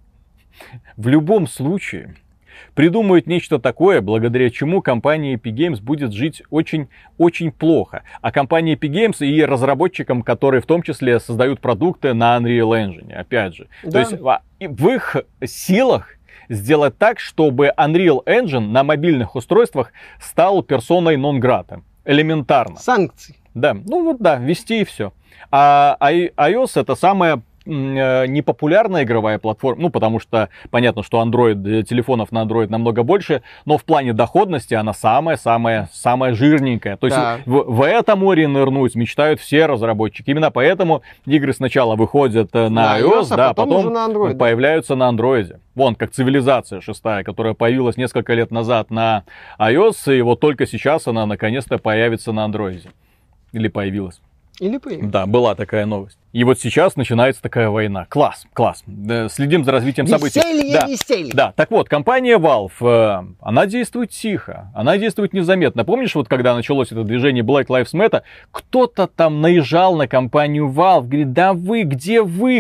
в любом случае придумают нечто такое, благодаря чему компания Epic Games будет жить очень-очень плохо. А компания Epic Games и разработчикам, которые в том числе создают продукты на Unreal Engine, опять же. Да. То есть в их силах сделать так, чтобы Unreal Engine на мобильных устройствах стал персоной нон грата. Элементарно. Санкции. Да, ну вот да, ввести и все. А iOS это самая непопулярная игровая платформа, ну, потому что понятно, что телефонов на Android намного больше, но в плане доходности она самая-самая жирненькая. То есть в это море нырнуть мечтают все разработчики. Именно поэтому игры сначала выходят на iOS, а потом на Android, появляются на Android. Вон, как Цивилизация 6, которая появилась несколько лет назад на iOS, и вот только сейчас она наконец-то появится на Android. Или появилась. Да, была такая новость. И вот сейчас начинается такая война. Класс. Следим за развитием событий. Веселье. Да, так вот, компания Valve, она действует тихо, она действует незаметно. Помнишь, вот когда началось это движение Black Lives Matter, кто-то там наезжал на компанию Valve, говорит: да вы, где вы?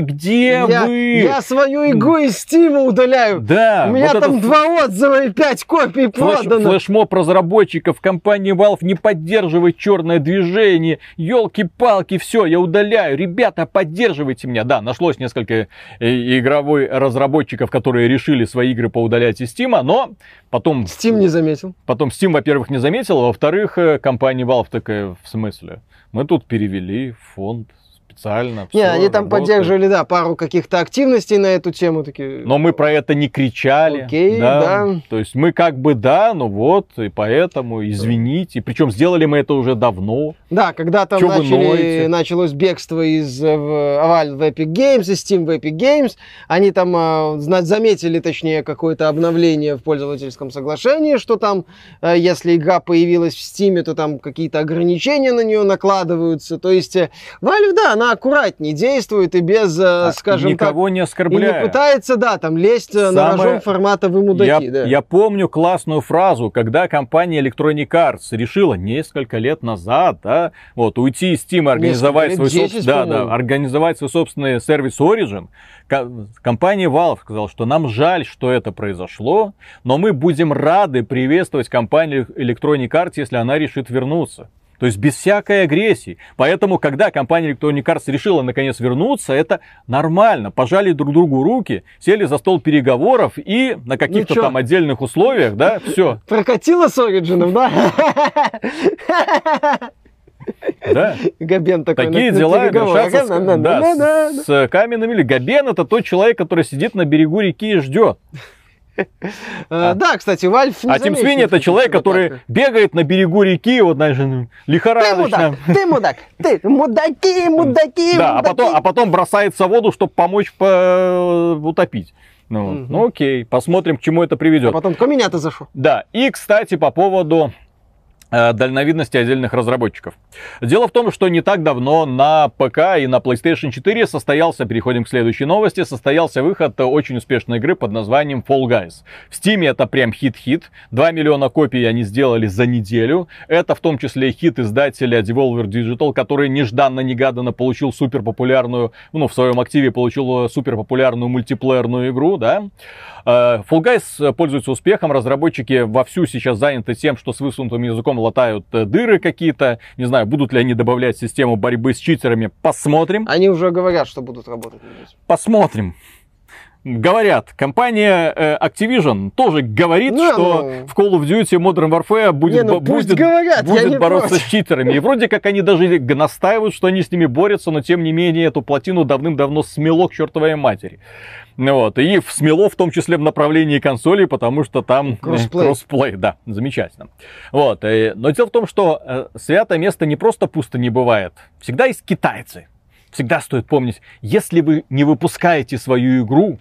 Я свою игру из Steam удаляю. Да. У меня вот там 2 отзыва и 5 копий продано. Флешмоб разработчиков компании Valve не поддерживает черное движение. Ёлки-палки, все, я удаляю. Ребята, поддерживайте меня. Да, нашлось несколько игровых разработчиков, которые решили свои игры поудалять из Steam, но потом... Steam не заметил. Потом Steam, во-первых, не заметил, а во-вторых, компания Valve такая: в смысле? Мы тут перевели фонд специально. Не, они там поддерживали, пару каких-то активностей на эту тему. Такие... Но мы про это не кричали. Окей, да. То есть мы как бы ну вот, и поэтому извините. Причем сделали мы это уже давно. Да, когда там началось бегство из Valve в Epic Games, из Steam в Epic Games, они там заметили, точнее, какое-то обновление в пользовательском соглашении, что там, если игра появилась в Steam, то там какие-то ограничения на нее накладываются. То есть Valve, она аккуратнее действует и без, скажем никого так... не оскорбляя. И не пытается, там лезть на рожон формата «вы мудаки». Я помню классную фразу, когда компания Electronic Arts решила несколько лет назад, уйти из Steam, организовать свой собственный сервис Origin. Компания Valve сказала, что нам жаль, что это произошло, но мы будем рады приветствовать компанию Electronic Arts, если она решит вернуться. То есть без всякой агрессии. Поэтому, когда компания Electronic Arts решила наконец вернуться, это нормально. Пожали друг другу руки, сели за стол переговоров и на каких-то там отдельных условиях, да, все. Прокатило с Origin, да? Да. Габен такой. Такие дела решатся с каменными. Или Габен — это тот человек, который сидит на берегу реки и ждет. Да, кстати, Valve не А Тим Свини — это человек, который бегает на берегу реки, вот, знаешь, лихорадочно. Ты мудак, ты мудаки. Да, а потом бросается в воду, чтобы помочь утопить. Ну, окей, посмотрим, к чему это приведет. А потом меня-то зашел. Да, и, кстати, по поводу дальновидности отдельных разработчиков. Дело в том, что не так давно на ПК и на PlayStation 4 переходим к следующей новости, состоялся выход очень успешной игры под названием Fall Guys. В Steam это прям хит-хит. 2 миллиона копий они сделали за неделю. Это в том числе хит издателя Devolver Digital, который нежданно-негаданно получил суперпопулярную, в своем активе получил суперпопулярную мультиплеерную игру, да. Fall Guys пользуется успехом, разработчики вовсю сейчас заняты тем, что с высунутым языком латают дыры какие-то. Не знаю, будут ли они добавлять систему борьбы с читерами, посмотрим. Они уже говорят, что будут работать над этим. Посмотрим. Говорят, компания Activision тоже говорит, что в Call of Duty Modern Warfare будет бороться с читерами. И вроде как они даже настаивают, что они с ними борются, но тем не менее эту плотину давным-давно смело к чертовой матери. Вот. И смело в том числе в направлении консолей, потому что там кроссплей. Да, замечательно. Вот. Но дело в том, что святое место не просто пусто не бывает. Всегда есть китайцы. Всегда стоит помнить, если вы не выпускаете свою игру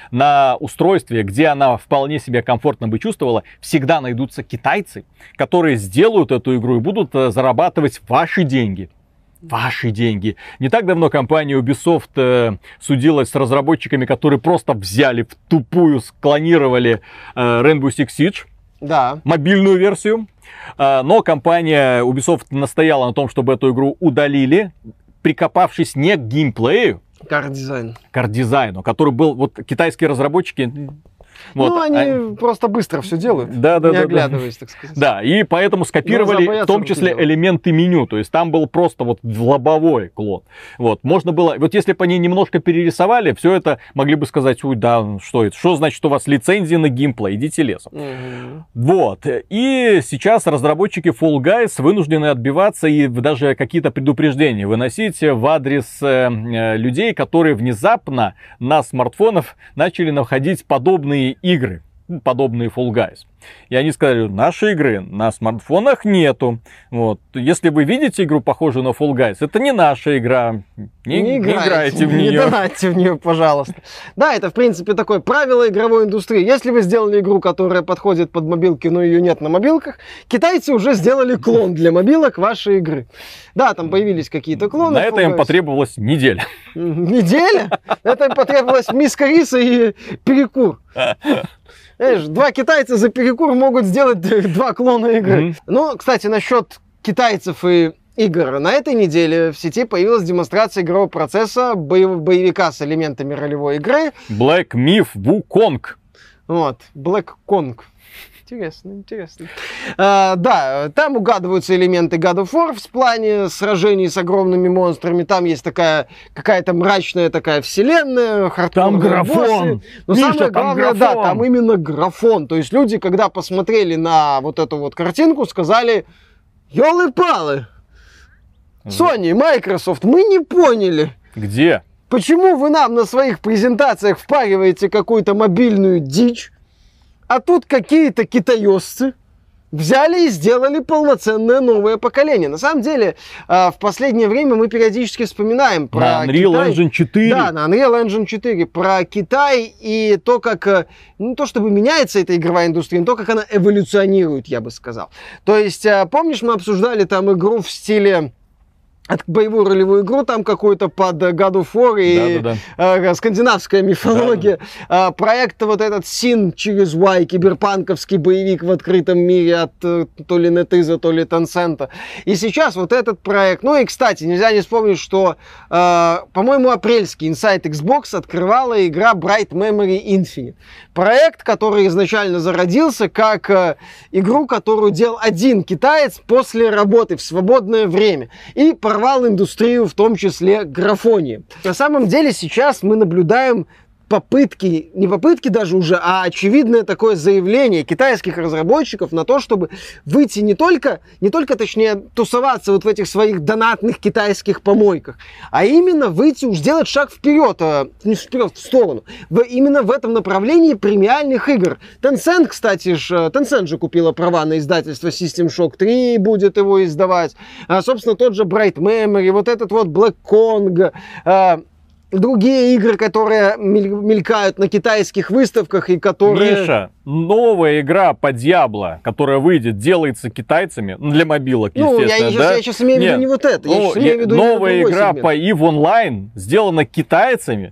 на устройстве, где она вполне себя комфортно бы чувствовала, всегда найдутся китайцы, которые сделают эту игру и будут зарабатывать ваши деньги. Ваши деньги. Не так давно компания Ubisoft судилась с разработчиками, которые просто взяли в тупую, склонировали Rainbow Six Siege, да, мобильную версию. Но компания Ubisoft настояла на том, чтобы эту игру удалили, прикопавшись не к геймплею, карт-дизайну, который был, вот китайские разработчики... Вот, они просто быстро все делают, не оглядываясь, так сказать. Да, и поэтому скопировали в том числе элементы меню, то есть там был просто вот лобовой клон. Вот, можно было, вот если бы они немножко перерисовали, все это могли бы сказать, ой, да, что это, что значит у вас лицензия на геймплей, идите лесом. Вот, и сейчас разработчики Fall Guys вынуждены отбиваться и даже какие-то предупреждения выносить в адрес людей, которые внезапно на смартфонах начали находить подобные игры, подобные Fall Guys. И они сказали, нашей игры на смартфонах нету. Вот. Если вы видите игру, похожую на Fall Guys, это не наша игра. Не играйте в нее. Не донатьте в нее, пожалуйста. Да, это, в принципе, такое правило игровой индустрии. Если вы сделали игру, которая подходит под мобилки, но ее нет на мобилках, китайцы уже сделали клон для мобилок вашей игры. Да, там появились какие-то клоны. На это им потребовалась неделя. Неделя? Это им потребовалась миска риса и перекур. Знаешь, 2 китайца за перекур могут сделать 2 клона игры. Ну, кстати, насчет китайцев и игр. На этой неделе в сети появилась демонстрация игрового процесса боевика с элементами ролевой игры. Black Myth Wukong. Вот, Black Kong. Интересно. Да, там угадываются элементы God of War в плане сражений с огромными монстрами. Там есть такая какая-то мрачная такая вселенная, там графон. Но самое главное, да, там именно графон. То есть люди, когда посмотрели на вот эту вот картинку, сказали, ёлы-палы, Sony, Microsoft, мы не поняли. Где? Почему вы нам на своих презентациях впариваете какую-то мобильную дичь? А тут какие-то китаёзцы взяли и сделали полноценное новое поколение. На самом деле, в последнее время мы периодически вспоминаем про Unreal Engine 4. Да, на Unreal Engine 4. Про Китай и то, как... Не то, чтобы меняется эта игровая индустрия, но то, как она эволюционирует, я бы сказал. То есть, помнишь, мы обсуждали там игру в стиле боевую ролевую игру там какую-то под God of War и скандинавская мифология. Проект вот этот Sin через Y, киберпанковский боевик в открытом мире от то ли NetEase, то ли Tencent. И сейчас вот этот проект. Ну и, кстати, нельзя не вспомнить, что, по-моему, апрельский Inside Xbox открывала игра Bright Memory Infinite. Проект, который изначально зародился как игру, которую делал один китаец после работы в свободное время. И порвал индустрию, в том числе графонии. На самом деле сейчас мы наблюдаем попытки, не попытки даже уже, а очевидное такое заявление китайских разработчиков на то, чтобы выйти не только, точнее, тусоваться вот в этих своих донатных китайских помойках, а именно выйти, уж сделать шаг вперед, не вперед, в сторону, именно в этом направлении премиальных игр. Tencent, кстати, Tencent же купила права на издательство System Shock 3, будет его издавать. Собственно, тот же Bright Memory, вот этот вот Black Kong, другие игры, которые мелькают на китайских выставках и которые... Миша, новая игра по Diablo, которая выйдет, делается китайцами, для мобилок, естественно, я сейчас имею в виду не вот это. Новая игра по EVE Online сделана китайцами.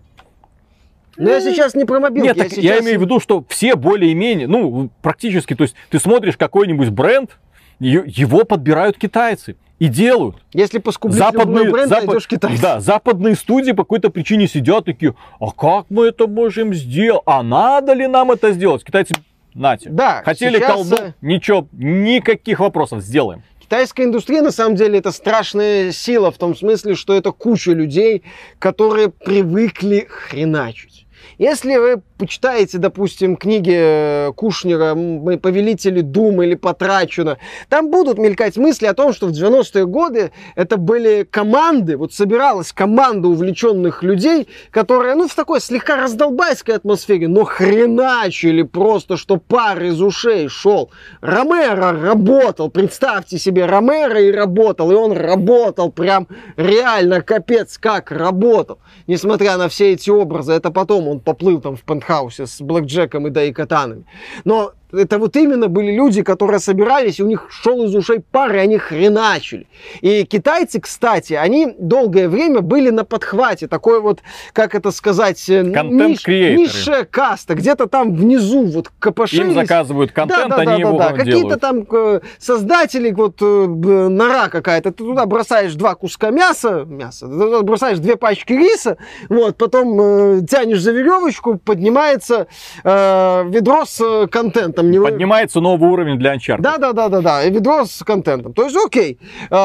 Но я сейчас не про мобилки. Нет, я имею в виду, что все более-менее, практически, то есть ты смотришь какой-нибудь бренд, его подбирают китайцы. И делают. Если поскублить любой бренд, найдешь китайцев. Да, западные студии по какой-то причине сидят такие, а как мы это можем сделать? А надо ли нам это сделать? Китайцы, нате. Да, хотели колду, ничего, никаких вопросов, сделаем. Китайская индустрия, на самом деле, это страшная сила, в том смысле, что это куча людей, которые привыкли хреначить. Если вы почитаете, допустим, книги Кушнера «Повелители Дум» или «Потрачено», там будут мелькать мысли о том, что в 90-е годы это были команды, вот собиралась команда увлеченных людей, которые, в такой слегка раздолбайской атмосфере, но хреначили просто, что пар из ушей шел. Ромеро работал, представьте себе, Ромеро и работал, и он работал прям реально капец как работал. Несмотря на все эти образы, это потом он поплыл там в пентхаусе с блэкджеком и дайкатанами. Но это вот именно были люди, которые собирались, и у них шел из ушей пар, и они хреначили. И китайцы, кстати, они долгое время были на подхвате. Такой вот, как это сказать, низшая каста. Где-то там внизу вот копошились. Им заказывают контент, они его делают. Какие-то там создатели, вот нора какая-то. Ты туда бросаешь 2 куска мяса, бросаешь 2 пачки риса, вот, потом тянешь за веревочку, поднимается ведро с контентом. Поднимается новый уровень для Uncharted. Да, ведро с контентом. То есть, окей.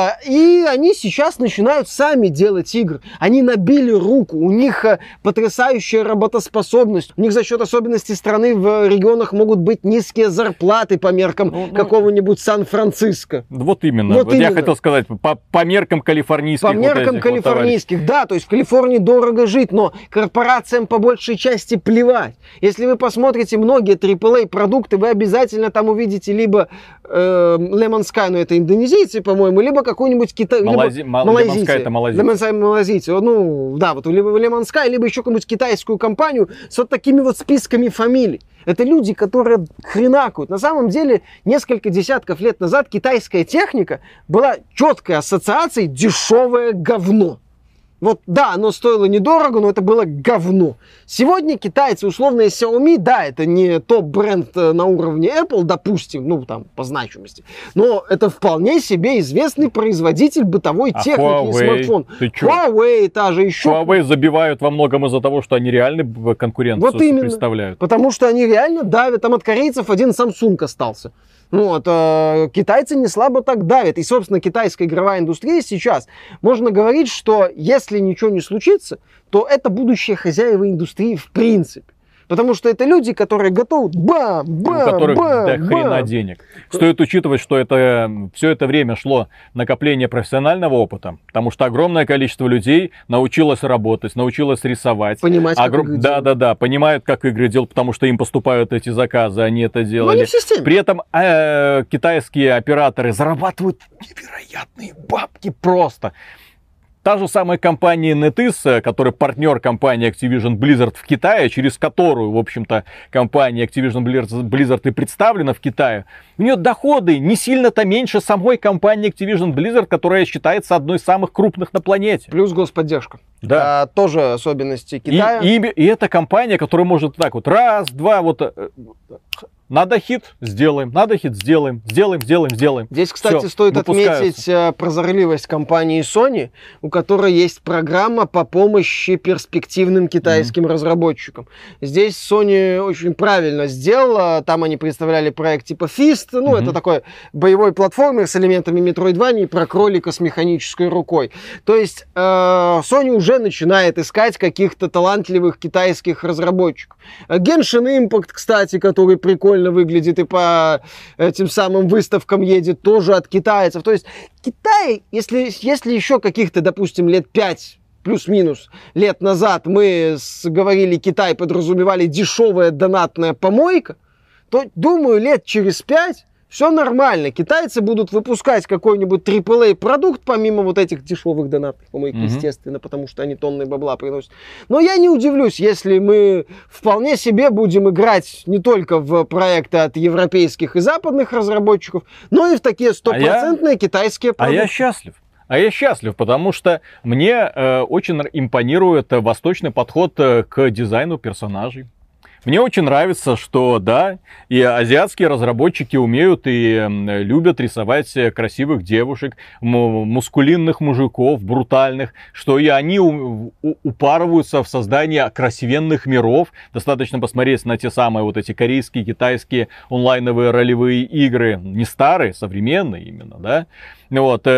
И они сейчас начинают сами делать игры. Они набили руку, у них потрясающая работоспособность. У них за счет особенностей страны в регионах могут быть низкие зарплаты по меркам какого-нибудь Сан-Франциско. Вот именно. Я хотел сказать, по меркам калифорнийских. По меркам калифорнийских, да. То есть в Калифорнии дорого жить, но корпорациям по большей части плевать. Если вы посмотрите многие AAA-продукты, вы обязательно там увидите либо Lemon Sky, но это индонезийцы, по-моему, либо какой-нибудь малазийцы. Lemon Sky это малазийцы. Вот либо Lemon Sky, либо еще какую-нибудь китайскую компанию с вот такими вот списками фамилий. Это люди, которые хренакают. На самом деле, несколько десятков лет назад китайская техника была четкой ассоциацией дешевое говно. Вот да, оно стоило недорого, но это было говно. Сегодня китайцы, условные Xiaomi, да, это не топ-бренд на уровне Apple, допустим, по значимости, но это вполне себе известный производитель бытовой техники Huawei, и смартфон. Huawei, та же еще. Huawei забивают во многом из-за того, что они реально конкуренцию представляют. Потому что они реально давят. Там от корейцев один Samsung остался. Китайцы не слабо так давят. И, собственно, китайская игровая индустрия сейчас, можно говорить, что если ничего не случится, то это будущее хозяева индустрии в принципе. Потому что это люди, которые готовы у которых до хрена денег. Стоит учитывать, что все это время шло накопление профессионального опыта, потому что огромное количество людей научилось работать, научилось рисовать. Понимать, как игры делают. Да, понимают, как игры делают, потому что им поступают эти заказы, они это делали. Но не в системе. При этом китайские операторы зарабатывают невероятные бабки просто. Та же самая компания NetEase, которая партнер компании Activision Blizzard в Китае, через которую, в общем-то, компания Activision Blizzard и представлена в Китае, у нее доходы не сильно-то меньше самой компании Activision Blizzard, которая считается одной из самых крупных на планете. Плюс господдержка. Да. Тоже особенности Китая. И это компания, которая может так вот раз, два, вот... Надо хит, сделаем. Надо хит, сделаем. Сделаем. Здесь, кстати, Всё, стоит выпускаются. отметить прозорливость компании Sony, у которой есть программа по помощи перспективным китайским разработчикам. Здесь Sony очень правильно сделала. Там они представляли проект типа Fist. Это такой боевой платформер с элементами Metroidvania про кролика с механической рукой. То есть Sony уже начинает искать каких-то талантливых китайских разработчиков. Genshin Impact, кстати, который прикольно выглядит и по этим самым выставкам едет, тоже от китайцев. То есть Китай, если еще каких-то, допустим, лет 5 плюс-минус лет назад мы говорили Китай, подразумевали дешевая донатная помойка, то, думаю, лет через 5 все нормально. Китайцы будут выпускать какой-нибудь AAA-продукт, помимо вот этих дешевых донатных помоек, естественно, потому что они тонны бабла приносят. Но я не удивлюсь, если мы вполне себе будем играть не только в проекты от европейских и западных разработчиков, но и в такие стопроцентные китайские продукты. А я счастлив, потому что мне очень импонирует восточный подход к дизайну персонажей. Мне очень нравится, что, да, и азиатские разработчики умеют и любят рисовать красивых девушек, мускулинных мужиков, брутальных, что и они упарываются в создании красивенных миров. Достаточно посмотреть на те самые вот эти корейские, китайские онлайновые ролевые игры, не старые, современные именно, да. Вот,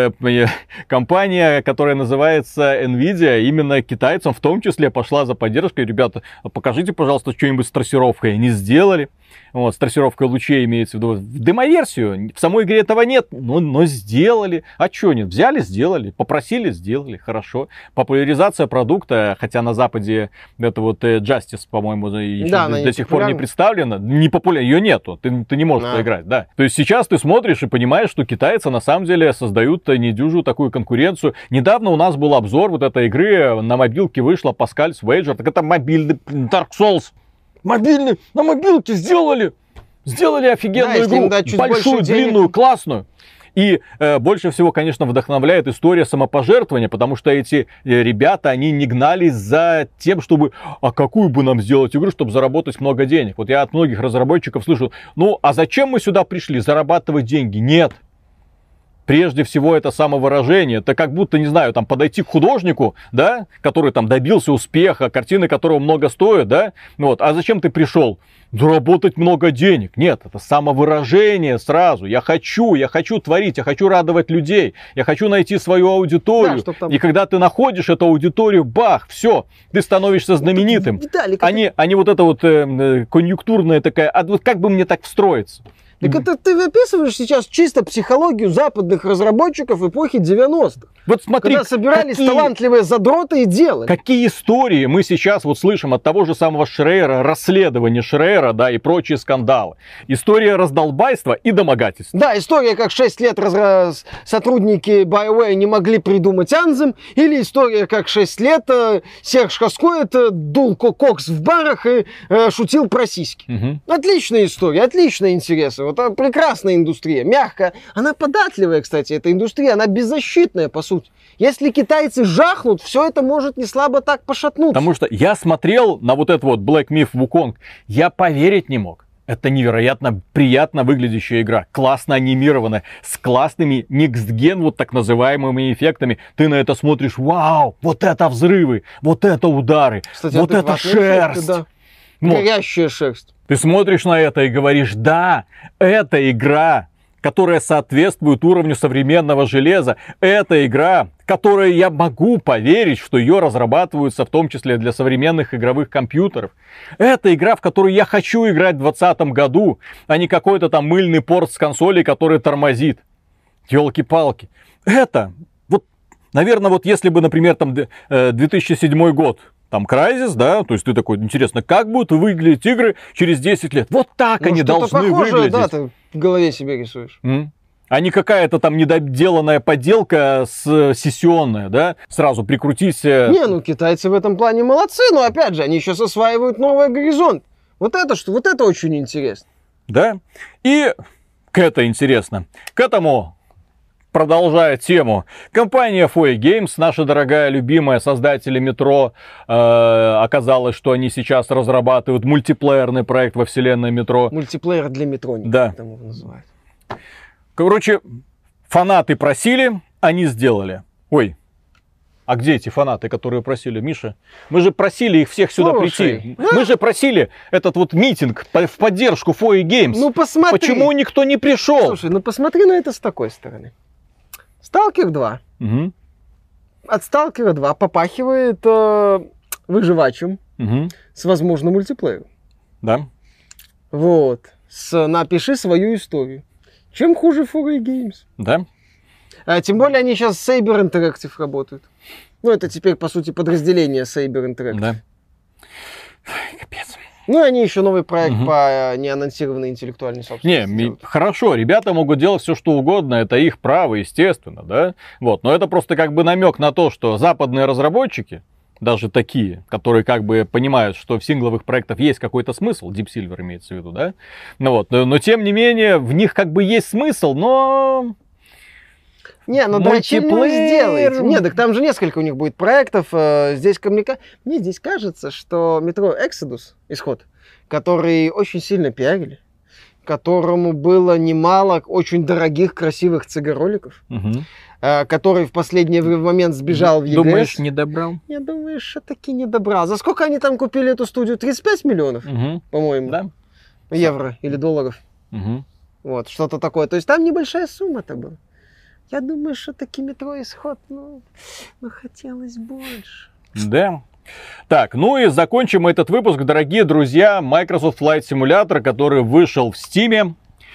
компания, которая называется Nvidia, именно китайцам в том числе пошла за поддержкой. Ребята, покажите, пожалуйста, что-нибудь с трассировкой. Они сделали. Вот, с трассировкой лучей имеется в виду. В демоверсию. В самой игре этого нет, но сделали. А что нет? Взяли, сделали. Попросили, сделали. Хорошо. Популяризация продукта, хотя на Западе это вот Justice, по-моему, до сих пор не представлена. Не популярна. Ее нету. Ты не можешь поиграть. Да. То есть сейчас ты смотришь и понимаешь, что китайцы на самом деле создают недюжую такую конкуренцию. Недавно у нас был обзор вот этой игры. На мобилке вышла Pascal's Wager. Так это мобильный Dark Souls. Мобильный, на мобилке сделали офигенную игру, большую, длинную, классную. И больше всего, конечно, вдохновляет история самопожертвования, потому что эти ребята, они не гнались за тем, чтобы, а какую бы нам сделать игру, чтобы заработать много денег. Вот я от многих разработчиков слышу, а зачем мы сюда пришли, зарабатывать деньги? Нет. Прежде всего, это самовыражение. Это как будто, не знаю, там подойти к художнику, да, который там добился успеха, картины которого много стоят, да, вот. А зачем ты пришел? Заработать много денег. Нет, это самовыражение сразу. Я хочу творить, я хочу радовать людей, я хочу найти свою аудиторию. Да, и когда ты находишь эту аудиторию, бах, все, ты становишься знаменитым. Виталик, они вот это вот конъюнктурная такая, а вот как бы мне так встроиться? Так это ты описываешь сейчас чисто психологию западных разработчиков эпохи 90-х. Вот смотри, когда собирались талантливые задроты и делали. Какие истории мы сейчас вот слышим от того же самого Шрейера, расследования Шрейера, да, и прочие скандалы. История раздолбайства и домогательств. Да, история, как 6 лет сотрудники BioWare не могли придумать Anthem, или история, как 6 лет Серж Хаскоэт дул кокс в барах и шутил про сиськи. Угу. Отличная история, отличный интерес. Вот прекрасная индустрия, мягкая. Она податливая, кстати, эта индустрия, она беззащитная, по сути. Если китайцы жахнут, все это может не слабо так пошатнуться. Потому что я смотрел на вот этот вот Black Myth Wukong, я поверить не мог. Это невероятно приятно выглядящая игра, классно анимированная, с классными next-gen вот так называемыми эффектами. Ты на это смотришь, вау, вот это взрывы, вот это удары, кстати, вот это шерсть. Да. Горящая шерсть. Ты смотришь на это и говоришь, да, это игра, которая соответствует уровню современного железа. Это игра, которой я могу поверить, что ее разрабатываются в том числе для современных игровых компьютеров. Это игра, в которую я хочу играть в 2020 году, а не какой-то там мыльный порт с консоли, который тормозит. Ёлки-палки. Это, вот, наверное, вот если бы, например, там 2007 год, там Crysis, да, то есть ты такой, интересно, как будут выглядеть игры через 10 лет? Вот так они должны выглядеть. Да, ты в голове себе рисуешь. А не какая-то там недоделанная подделка сессионная, да? Сразу прикрутись. Не, ну китайцы в этом плане молодцы, но опять же, они сейчас осваивают новый горизонт. Вот это очень интересно. Да? И это интересно. К этому, продолжая тему, компания FOI Games, наша дорогая, любимая, создатели Метро, оказалось, что они сейчас разрабатывают мультиплеерный проект во вселенной Метро. Мультиплеер для Метро, да. Там его называют. Короче, фанаты просили, они сделали. Ой, а где эти фанаты, которые просили, Миша? Мы же просили их всех сюда прийти. Да? Мы же просили этот вот митинг в поддержку FOI Games. Ну посмотри. Почему никто не пришел? Слушай, ну посмотри на это с такой стороны. Сталкер 2. Угу. От Сталкера 2 попахивает выживачем с возможным мультиплеером. Да. Вот. Напиши свою историю. Чем хуже FOI Games? Да. Тем более они сейчас с Saber Interactive работают. Ну, это теперь, по сути, подразделение Saber Interactive. Да. Капец. Ну, и они еще новый проект по неанонсированной интеллектуальной собственности. Хорошо, ребята могут делать все, что угодно, это их право, естественно, да? Вот, но это просто как бы намек на то, что западные разработчики, даже такие, которые как бы понимают, что в сингловых проектах есть какой-то смысл, Deep Silver имеется в виду, да? Ну вот, но тем не менее, в них как бы есть смысл, но... Не, ну дрочильную сделайте. Нет, так там же несколько у них будет проектов. Здесь мне здесь кажется, что Metro Exodus, исход, который очень сильно пиарили, которому было немало очень дорогих, красивых ЦГ-роликов, который в последний момент сбежал в ЕГС. Думаешь, не добрал? Я думаю, что таки не добрал. За сколько они там купили эту студию? 35 миллионов, по-моему. Да. Евро или долларов. Вот, что-то такое. То есть там небольшая сумма-то была. Я думаю, что таки Метро исход, ну, хотелось больше. Да. Так, ну и закончим этот выпуск, дорогие друзья. Microsoft Flight Simulator, который вышел в Steam.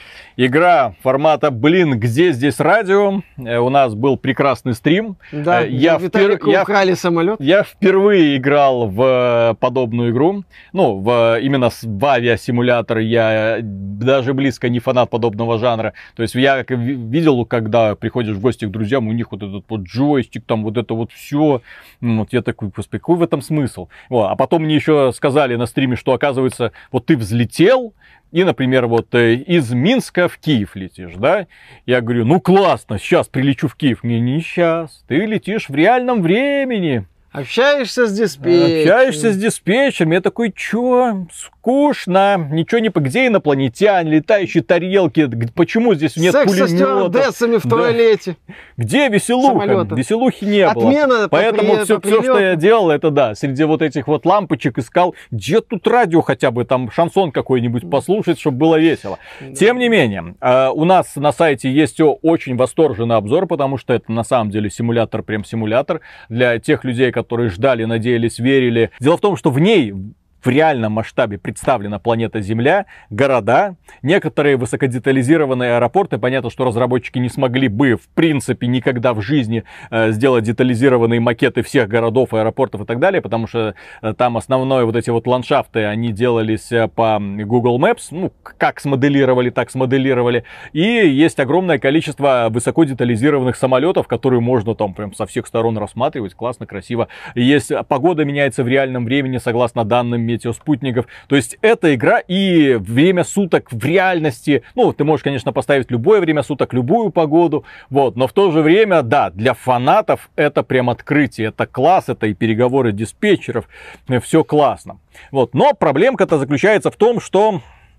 Игра формата, где здесь радио. У нас был прекрасный стрим. Да, украли самолет. Я впервые играл в подобную игру. Ну, именно в авиасимулятор. Я даже близко не фанат подобного жанра. То есть я видел, когда приходишь в гости к друзьям, у них вот этот вот джойстик, там вот это вот все. Вот я такой, господи, какой в этом смысл? Вот. А потом мне еще сказали на стриме, что оказывается, вот ты взлетел, и, например, вот из Минска в Киев летишь, да? Я говорю, ну классно, сейчас прилечу в Киев. Не сейчас, ты летишь в реальном времени. Общаешься с диспетчером. Я такой, чё? Скучно. Ничего не... Где инопланетяне, летающие тарелки? Почему здесь нет пулеметов? Секс со стюардессами в туалете. Где веселуха? Самолета. Веселухи не было. Отмена. Поэтому все, что я делал, это да, среди вот этих вот лампочек искал, где тут радио хотя бы, там шансон какой-нибудь послушать, чтобы было весело. Тем не менее, у нас на сайте есть очень восторженный обзор, потому что это на самом деле симулятор, прям симулятор для тех людей, которые ждали, надеялись, верили. Дело в том, что в ней в реальном масштабе представлена планета Земля, города, некоторые высокодетализированные аэропорты. Понятно, что разработчики не смогли бы, в принципе, никогда в жизни сделать детализированные макеты всех городов, аэропортов и так далее, потому что там основное вот эти вот ландшафты, они делались по Google Maps, ну, как смоделировали, так смоделировали. И есть огромное количество высоко детализированных самолетов, которые можно там прям со всех сторон рассматривать, классно, красиво. Есть погода меняется в реальном времени, согласно данным метеоспутников. То есть эта игра и время суток в реальности. Ну, ты можешь, конечно, поставить любое время суток, любую погоду. Вот. Но в то же время, да, для фанатов это прям открытие. Это класс, это и переговоры диспетчеров. Все классно. Вот. Но проблемка-то заключается в том, что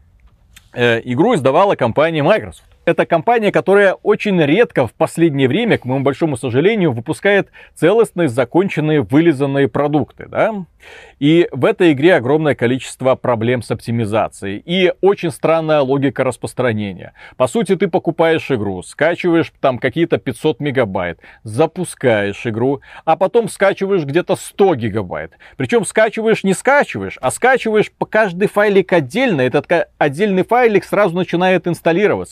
игру издавала компания Microsoft. Это компания, которая очень редко в последнее время, к моему большому сожалению, выпускает целостные, законченные, вылизанные продукты, да? И в этой игре огромное количество проблем с оптимизацией и очень странная логика распространения. По сути, ты покупаешь игру, скачиваешь там какие-то 500 мегабайт, запускаешь игру, а потом скачиваешь где-то 100 гигабайт. Причем скачиваешь не скачиваешь, а скачиваешь по каждый файлик отдельно. Этот отдельный файлик сразу начинает инсталлироваться.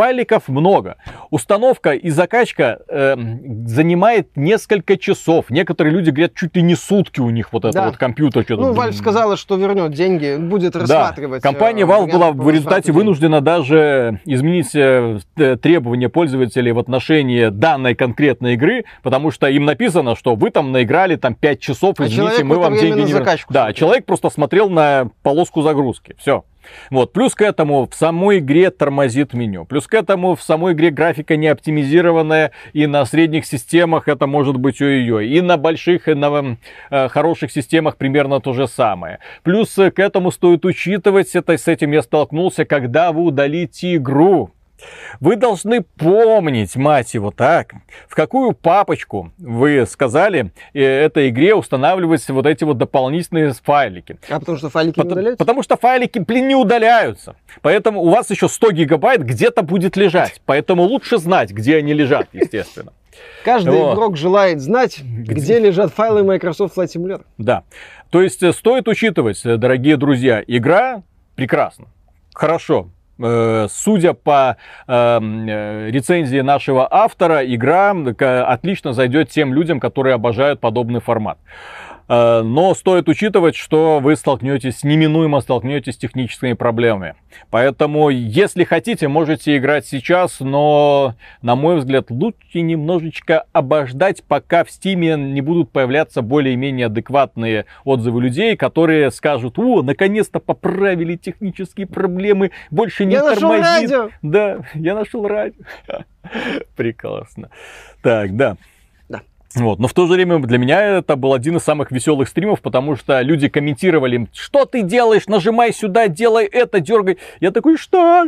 файликов много. Установка и закачка занимает несколько часов. Некоторые люди говорят, чуть ли не сутки у них вот этот вот компьютер. Ну, Valve сказала, что вернет деньги, будет рассматривать. Компания Valve была в результате вынуждена даже изменить требования пользователей в отношении данной конкретной игры, потому что им написано, что вы там наиграли там 5 часов, извините, мы вам деньги не вернем. Да, человек просто смотрел на полоску загрузки. Все. Вот. Плюс к этому в самой игре тормозит меню. Плюс к этому в самой игре графика не оптимизированная, и на средних системах это может быть ой-ой-ой. И на больших, и на хороших системах примерно то же самое. Плюс к этому стоит учитывать, с этим я столкнулся, когда вы удалите игру. Вы должны помнить, мать его, так, в какую папочку вы сказали этой игре устанавливать вот эти вот дополнительные файлики. А потому что файлики не удаляются? Потому что файлики, не удаляются. Поэтому у вас еще 100 гигабайт где-то будет лежать. Поэтому лучше знать, где они лежат, естественно. Каждый игрок желает знать, где лежат файлы Microsoft Flight Simulator. Да. То есть стоит учитывать, дорогие друзья, игра прекрасна, хорошо. Судя по рецензии нашего автора, игра отлично зайдет тем людям, которые обожают подобный формат. Но стоит учитывать, что вы неминуемо столкнетесь с техническими проблемами. Поэтому, если хотите, можете играть сейчас, но, на мой взгляд, лучше немножечко обождать, пока в Steam не будут появляться более-менее адекватные отзывы людей, которые скажут: о, наконец-то поправили технические проблемы, больше не тормозит. Я нашел радио! Да, я нашел радио. Прекрасно. Так, да. Вот. Но в то же время для меня это был один из самых веселых стримов, потому что люди комментировали: что ты делаешь, нажимай сюда, делай это, дергай. Я такой: что?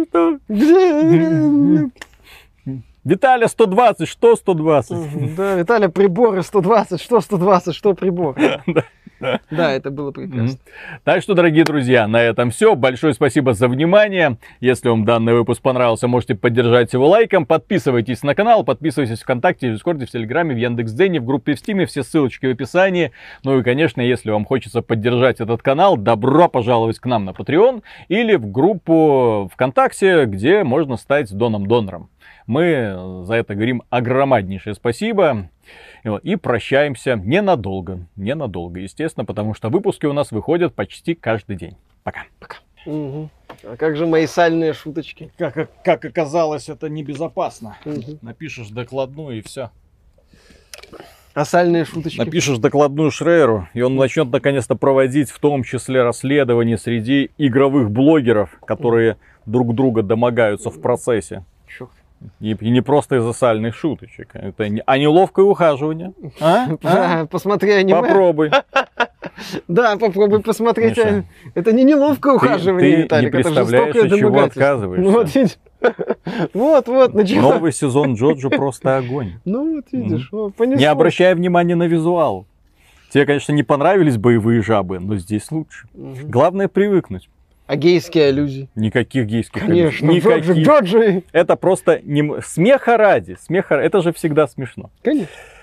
Где? Виталя, 120, что 120? Да, Виталя, приборы 120, что 120, что прибор. Да, это было прекрасно. Так что, дорогие друзья, на этом все. Большое спасибо за внимание. Если вам данный выпуск понравился, можете поддержать его лайком. Подписывайтесь на канал, подписывайтесь ВКонтакте, в Дискорде, в Телеграме, в Яндекс.Дзене, в группе в Стиме. Все ссылочки в описании. Ну и, конечно, если вам хочется поддержать этот канал, добро пожаловать к нам на Patreon или в группу ВКонтакте, где можно стать доном-донором. Мы за это говорим огромнейшее спасибо. И прощаемся ненадолго, естественно, потому что выпуски у нас выходят почти каждый день. Пока. Угу. А как же мои сальные шуточки? Как оказалось, это небезопасно. Напишешь докладную и все. А сальные шуточки? Напишешь докладную Шрейеру, и он начнет наконец-то проводить в том числе расследования среди игровых блогеров, которые друг друга домогаются в процессе. И не просто из-за сальных шуточек. Это неловкое ухаживание. Посмотри аниме. Попробуй. Да, попробуй посмотреть. Миша, это не неловкое ухаживание, Виталик. Ты не представляешь, от чего отказываешься. Вот, начало. Новый сезон Джоджо просто огонь. Ну вот видишь, понеслось. Не обращай внимания на визуал. Тебе, конечно, не понравились боевые жабы, но здесь лучше. Главное привыкнуть. А гейские аллюзии? Никаких гейских аллюзий. Конечно, Джоджи. Это просто смеха ради. Это же всегда смешно. Конечно.